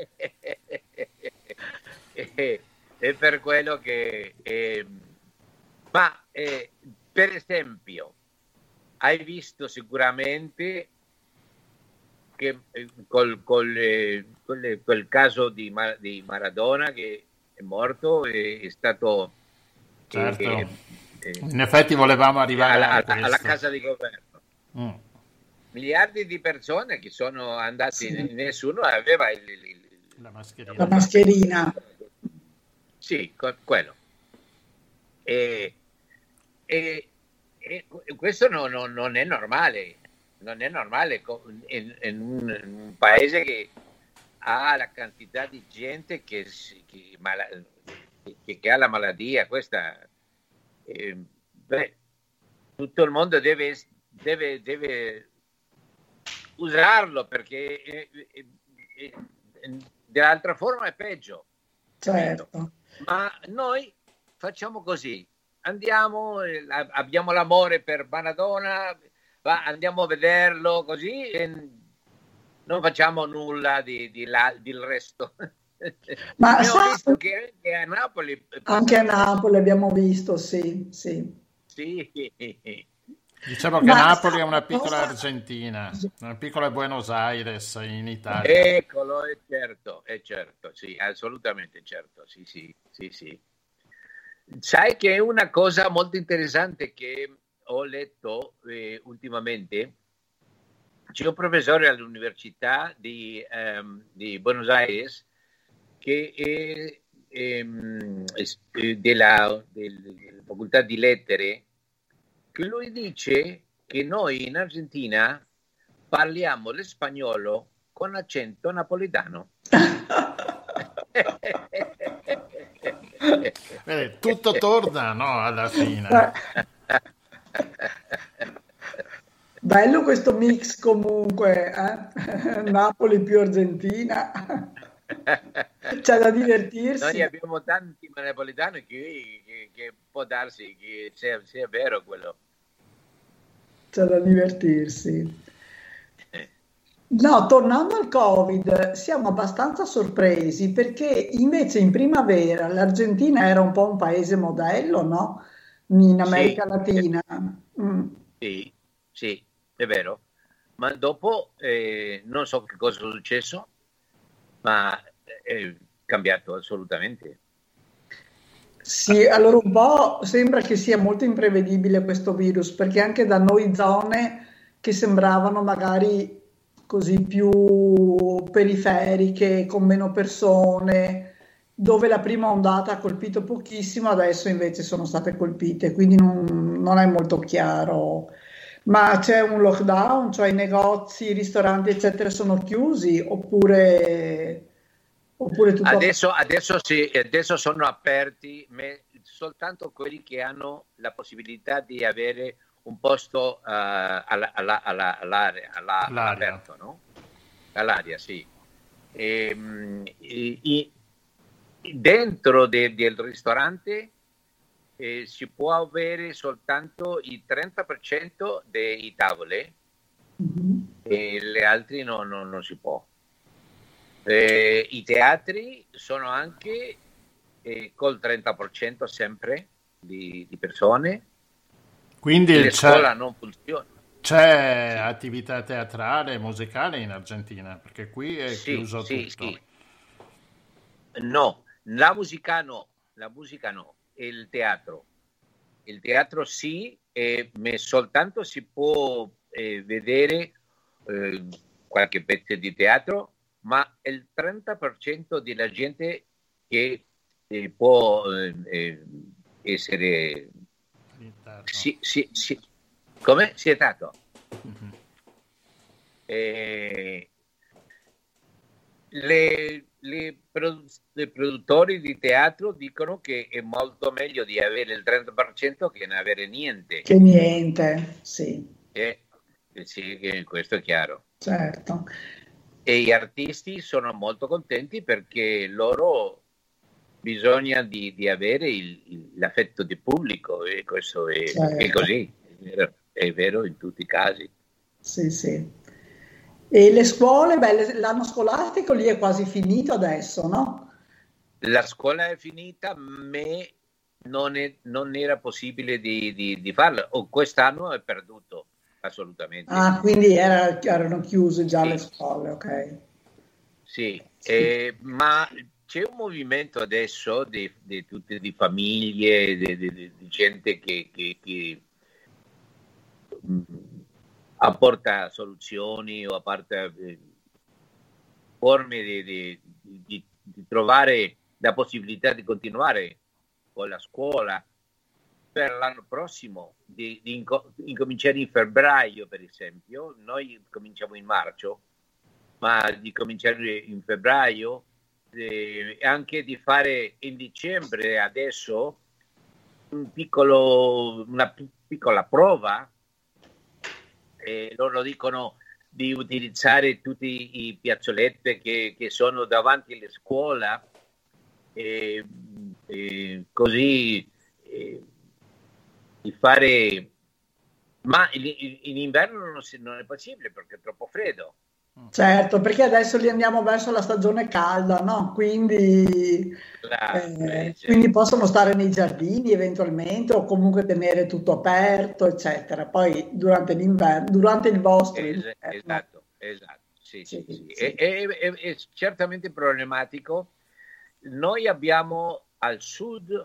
È per quello che eh, ma eh, per esempio hai visto sicuramente che eh, col, col, eh, col, quel caso di, Mar- di Maradona che è morto, è, è stato certo. eh, eh, in effetti volevamo arrivare alla, alla, alla casa di governo. Mm. Miliardi di persone che sono andati, sì. Nessuno aveva il, il, il, la mascherina. La mascherina. Sì, quello. E, e, e questo no, no, non è normale, non è normale in, in, un, in un paese che ha la quantità di gente che, che, che, che ha la malattia. Questa, eh, beh, tutto il mondo deve, deve, deve usarlo perché eh, eh, eh, dell'altra forma è peggio. Certo. Ma noi facciamo così, andiamo, abbiamo l'amore per Maradona, va, andiamo a vederlo così e non facciamo nulla di, di la, del resto. Ma abbiamo sa... visto che anche a Napoli... Anche a Napoli abbiamo visto, sì, sì. Sì. Diciamo che Ma Napoli è una piccola cosa... Argentina, una piccola Buenos Aires in Italia. Eccolo, è certo, è certo, sì, assolutamente certo, sì, sì, sì, sì. Sai che è una cosa molto interessante che ho letto eh, ultimamente? C'è un professore all'Università di, um, di Buenos Aires che è, è, è della, della Facoltà di Lettere, che lui dice che noi in Argentina parliamo lo spagnolo con accento napoletano. Beh, tutto torna, no, alla fine. Bello questo mix comunque, eh? Napoli più Argentina. C'è da divertirsi. Noi abbiamo tanti napoletani che, che, che può darsi che sia, sia vero quello. C'è da divertirsi. No, tornando al Covid, siamo abbastanza sorpresi perché invece in primavera l'Argentina era un po' un paese modello, no? In America sì, Latina. Mm. Sì, sì, è vero. Ma dopo eh, non so che cosa è successo, ma è cambiato assolutamente. Sì, allora un po' sembra che sia molto imprevedibile questo virus, perché anche da noi zone che sembravano magari così più periferiche, con meno persone, dove la prima ondata ha colpito pochissimo, adesso invece sono state colpite, quindi non, non è molto chiaro. Ma c'è un lockdown, cioè i negozi, i ristoranti, eccetera, sono chiusi oppure... Oppure tutto adesso, adesso, sì, adesso sono aperti, ma soltanto quelli che hanno la possibilità di avere un posto uh, alla, alla, alla, all'aria, alla, all'aperto, no? All'aria, sì. E, e, e, dentro de, del ristorante eh, si può avere soltanto il trenta per cento dei tavole, mm-hmm. e le altre no, no, non si può. Eh, I teatri sono anche eh, col trenta per cento sempre di, di persone. Quindi La c'è, scuola non funziona. c'è attività teatrale e musicale in Argentina, perché qui è Sì, chiuso sì, tutto. sì. No, la musica no, la musica no, il teatro. Il teatro sì, eh, ma soltanto si può eh, vedere eh, qualche pezzo di teatro, ma il trenta per cento della gente che eh, può eh, eh, essere... Sì, sì, sì. Come? Sietato. Mhm. Eh, le, le produ- i produttori di teatro dicono che è molto meglio di avere il trenta per cento che non avere niente. Che niente, sì, Eh, sì, che questo è chiaro. certo. E gli artisti sono molto contenti perché loro bisogna di, di avere il- il- l'affetto del pubblico e questo è, Certo. è così, è vero, è vero in tutti i casi. Sì, sì. E le scuole, beh, le- l'anno scolastico lì è quasi finito adesso, no? La scuola è finita, ma non, è- non era possibile di, di, di farla. O quest'anno è perduto, assolutamente. Ah, quindi era- erano chiuse già le Sì. scuole, ok. Sì, eh, ma c'è un movimento adesso di, di tutte di famiglie, di, di- di- di gente che, che- che, mh, apporta soluzioni o apporta eh, forme di, di- di- di trovare la possibilità di continuare con la scuola per l'anno prossimo, di, di inco- incominciare in febbraio, per esempio. Noi cominciamo in marzo, ma di cominciare in febbraio eh, e anche di fare in dicembre adesso un piccolo, una pi- piccola prova. Eh, loro dicono di utilizzare tutti i piazzoletti che, che sono davanti alla scuola, e, e così eh, di fare, ma in, in- in inverno non, si- non è possibile perché è troppo freddo. Certo, perché adesso li andiamo verso la stagione calda, no? Quindi, La- eh, eh, sì. quindi possono stare nei giardini eventualmente o comunque tenere tutto aperto, eccetera. Poi durante l'inverno, durante il vostro Es- inverno. esatto, esatto, sì, sì, Sì, sì. sì. È, è- è- è certamente problematico. Noi abbiamo al sud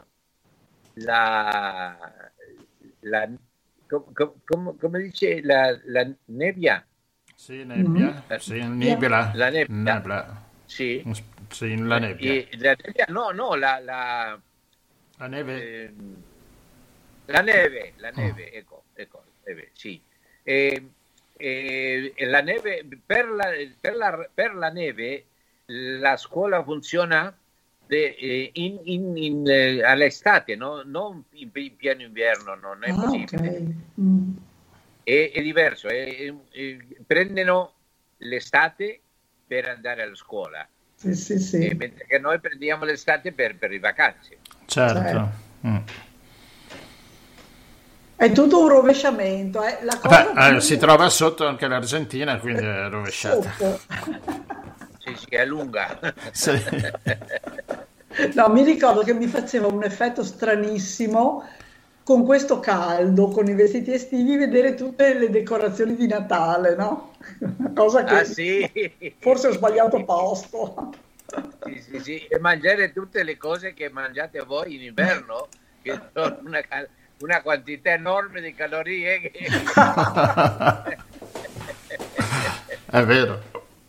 la, la com- com- com- come dice la, la nebbia. Sì, nebbia. Eh, Sì, nebbia. La nebbia. Nebbia. Sì. Sì, la nebbia. E- la nebbia, no, no, la, la, La neve. ehm, la neve, la neve, ecco, ecco, neve, sì. E, e- e la neve, per la, per la- per la neve, la scuola funziona de- eh, in, in- in, eh, all'estate, no? Non in, in pieno inverno, non è Ah, possibile. ok. Mm. È, è diverso, è- è- è- prendono l'estate per andare alla scuola, Sì, sì, eh, sì. mentre che noi prendiamo l'estate per, per le vacanze. Certo. Certo. Mm. È tutto un rovesciamento. eh. La cosa Beh, eh, più- si trova sotto anche l'Argentina, quindi è rovesciata. sotto. Sì, sì, è lunga. Sì. No, mi ricordo che mi faceva un effetto stranissimo con questo caldo, con i vestiti estivi, vedere tutte le decorazioni di Natale, no? Una cosa che Ah sì, forse ho sbagliato posto. sì, sì, sì. E mangiare tutte le cose che mangiate voi in inverno, che sono una, ca- una quantità enorme di calorie. Che... È vero.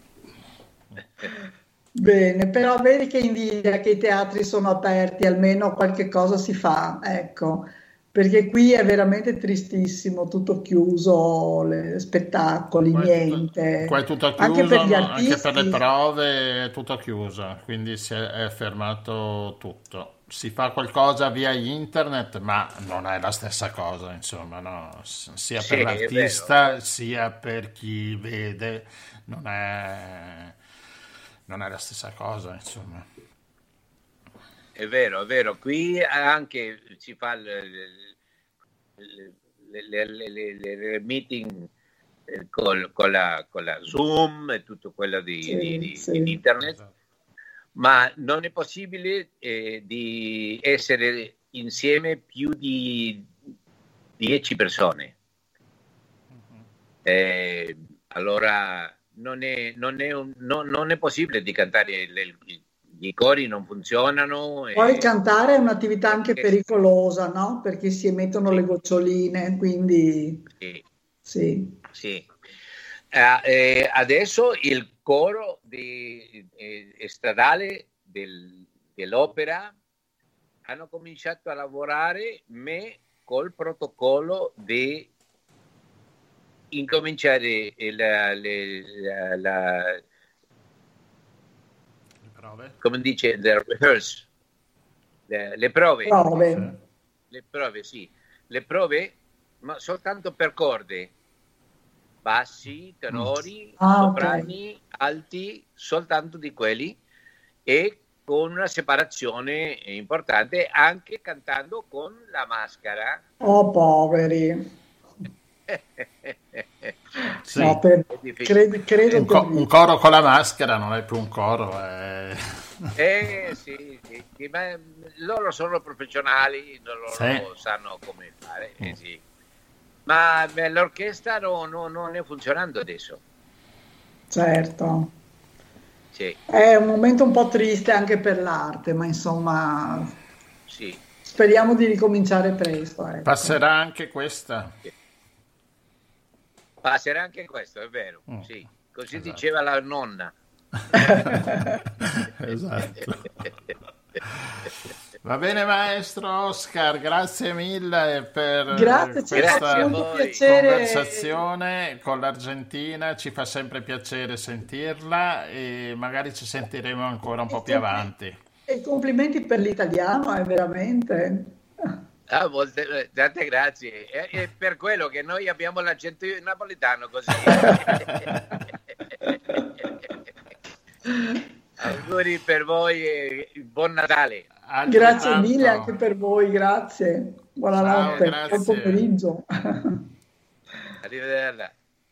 Bene, però vedi che invidia che i teatri sono aperti, almeno qualche cosa si fa, ecco, perché qui è veramente tristissimo, tutto chiuso, le spettacoli, Qua è tutto, niente. qua è tutto Anche chiuso, per gli no? Anche per le artisti. prove è tutto chiuso, quindi si è, è fermato tutto. Si fa qualcosa via internet, ma non è la stessa cosa, insomma, no? S- Sia Sì, per è l'artista, sia per chi vede, non è, non è la stessa cosa, insomma. È vero, è vero. Qui anche si fa le, le- le- le- le- le- le meeting eh, col- con, la, con la Zoom e tutto quello di, Sì, di- di- sì. di internet, ma non è possibile eh, di essere insieme più di dieci persone. Eh, allora non è, non, è un, no, non è possibile di cantare, le, i cori non funzionano. Poi e, cantare è un'attività anche perché- pericolosa, no? Perché si emettono le goccioline, quindi sì, sì. sì. Eh, eh, adesso il coro di, eh, stradale del- dell'opera hanno cominciato a lavorare me col protocollo di incominciare la, le- la- la- Le prove? come dice, the rehearse, le, le prove, Prove. le prove, sì, le prove, ma soltanto per corde, bassi, tenori, Ah, ok. soprani, alti, soltanto di quelli, e con una separazione importante, anche cantando con la maschera. Oh, poveri. Sì. No, per- È difficile. credo, credo Un, co- così. un coro con la maschera non è più un coro, è... Eh sì, sì, sì, ma loro sono professionali, loro Sì. sanno come fare, eh, sì. Ma beh, l'orchestra no- no- non è funzionando adesso. Certo. Sì, È un momento un po' triste anche per l'arte, ma insomma, sì. speriamo di ricominciare presto, ecco. Passerà anche questa. Passerà anche questo, è vero, Mm. sì. Così Esatto. diceva la nonna. Esatto. Va bene, maestro Oscar, grazie mille per Grazie, ci Grazie fa a molto voi. piacere. conversazione con l'Argentina, ci fa sempre piacere sentirla e magari ci sentiremo ancora un po' più avanti. E complimenti per l'italiano, è veramente. Ah, molte, eh, tante grazie. È, è per quello che noi abbiamo l'accento napoletano così. Auguri per voi e buon Natale. Grazie Altrettanto. mille anche per voi, grazie. Buonanotte, Ciao, grazie. buon pomeriggio. Arrivederla.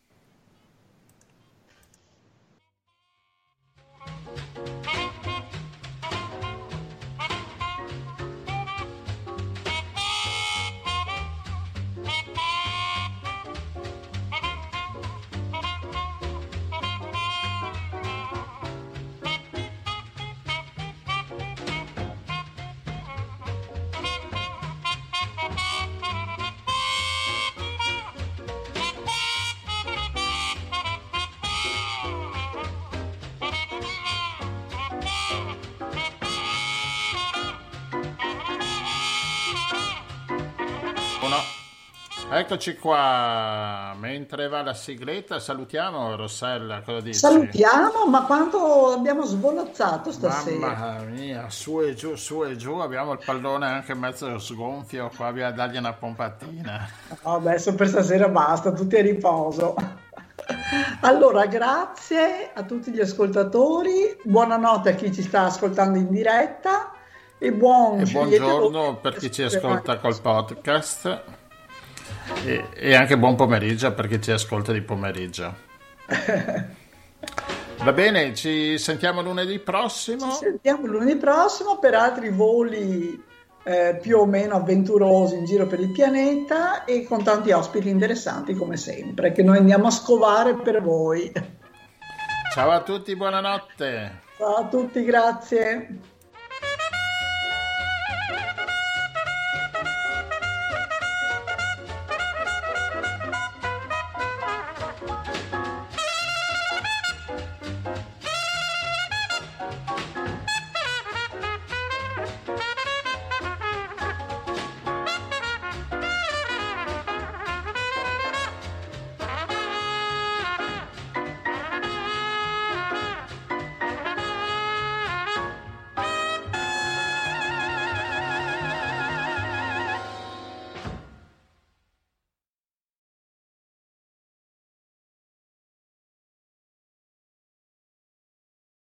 Uno. Eccoci qua, mentre va la sigletta salutiamo Rossella, cosa dici? Salutiamo, ma quanto abbiamo svolazzato stasera. Mamma mia, su e giù, su e giù, abbiamo il pallone anche mezzo sgonfio, qua bisogna dargli una pompatina. No, adesso per stasera basta, tutti a riposo. Allora, grazie a tutti gli ascoltatori, buonanotte a chi ci sta ascoltando in diretta e buon E scegliete buongiorno voi. per chi ci ascolta col podcast e, e anche buon pomeriggio per chi ci ascolta di pomeriggio. Va bene, ci sentiamo lunedì prossimo. Ci sentiamo lunedì prossimo per altri voli eh, più o meno avventurosi in giro per il pianeta e con tanti ospiti interessanti come sempre, che noi andiamo a scovare per voi. Ciao a tutti, buonanotte. Ciao a tutti, grazie.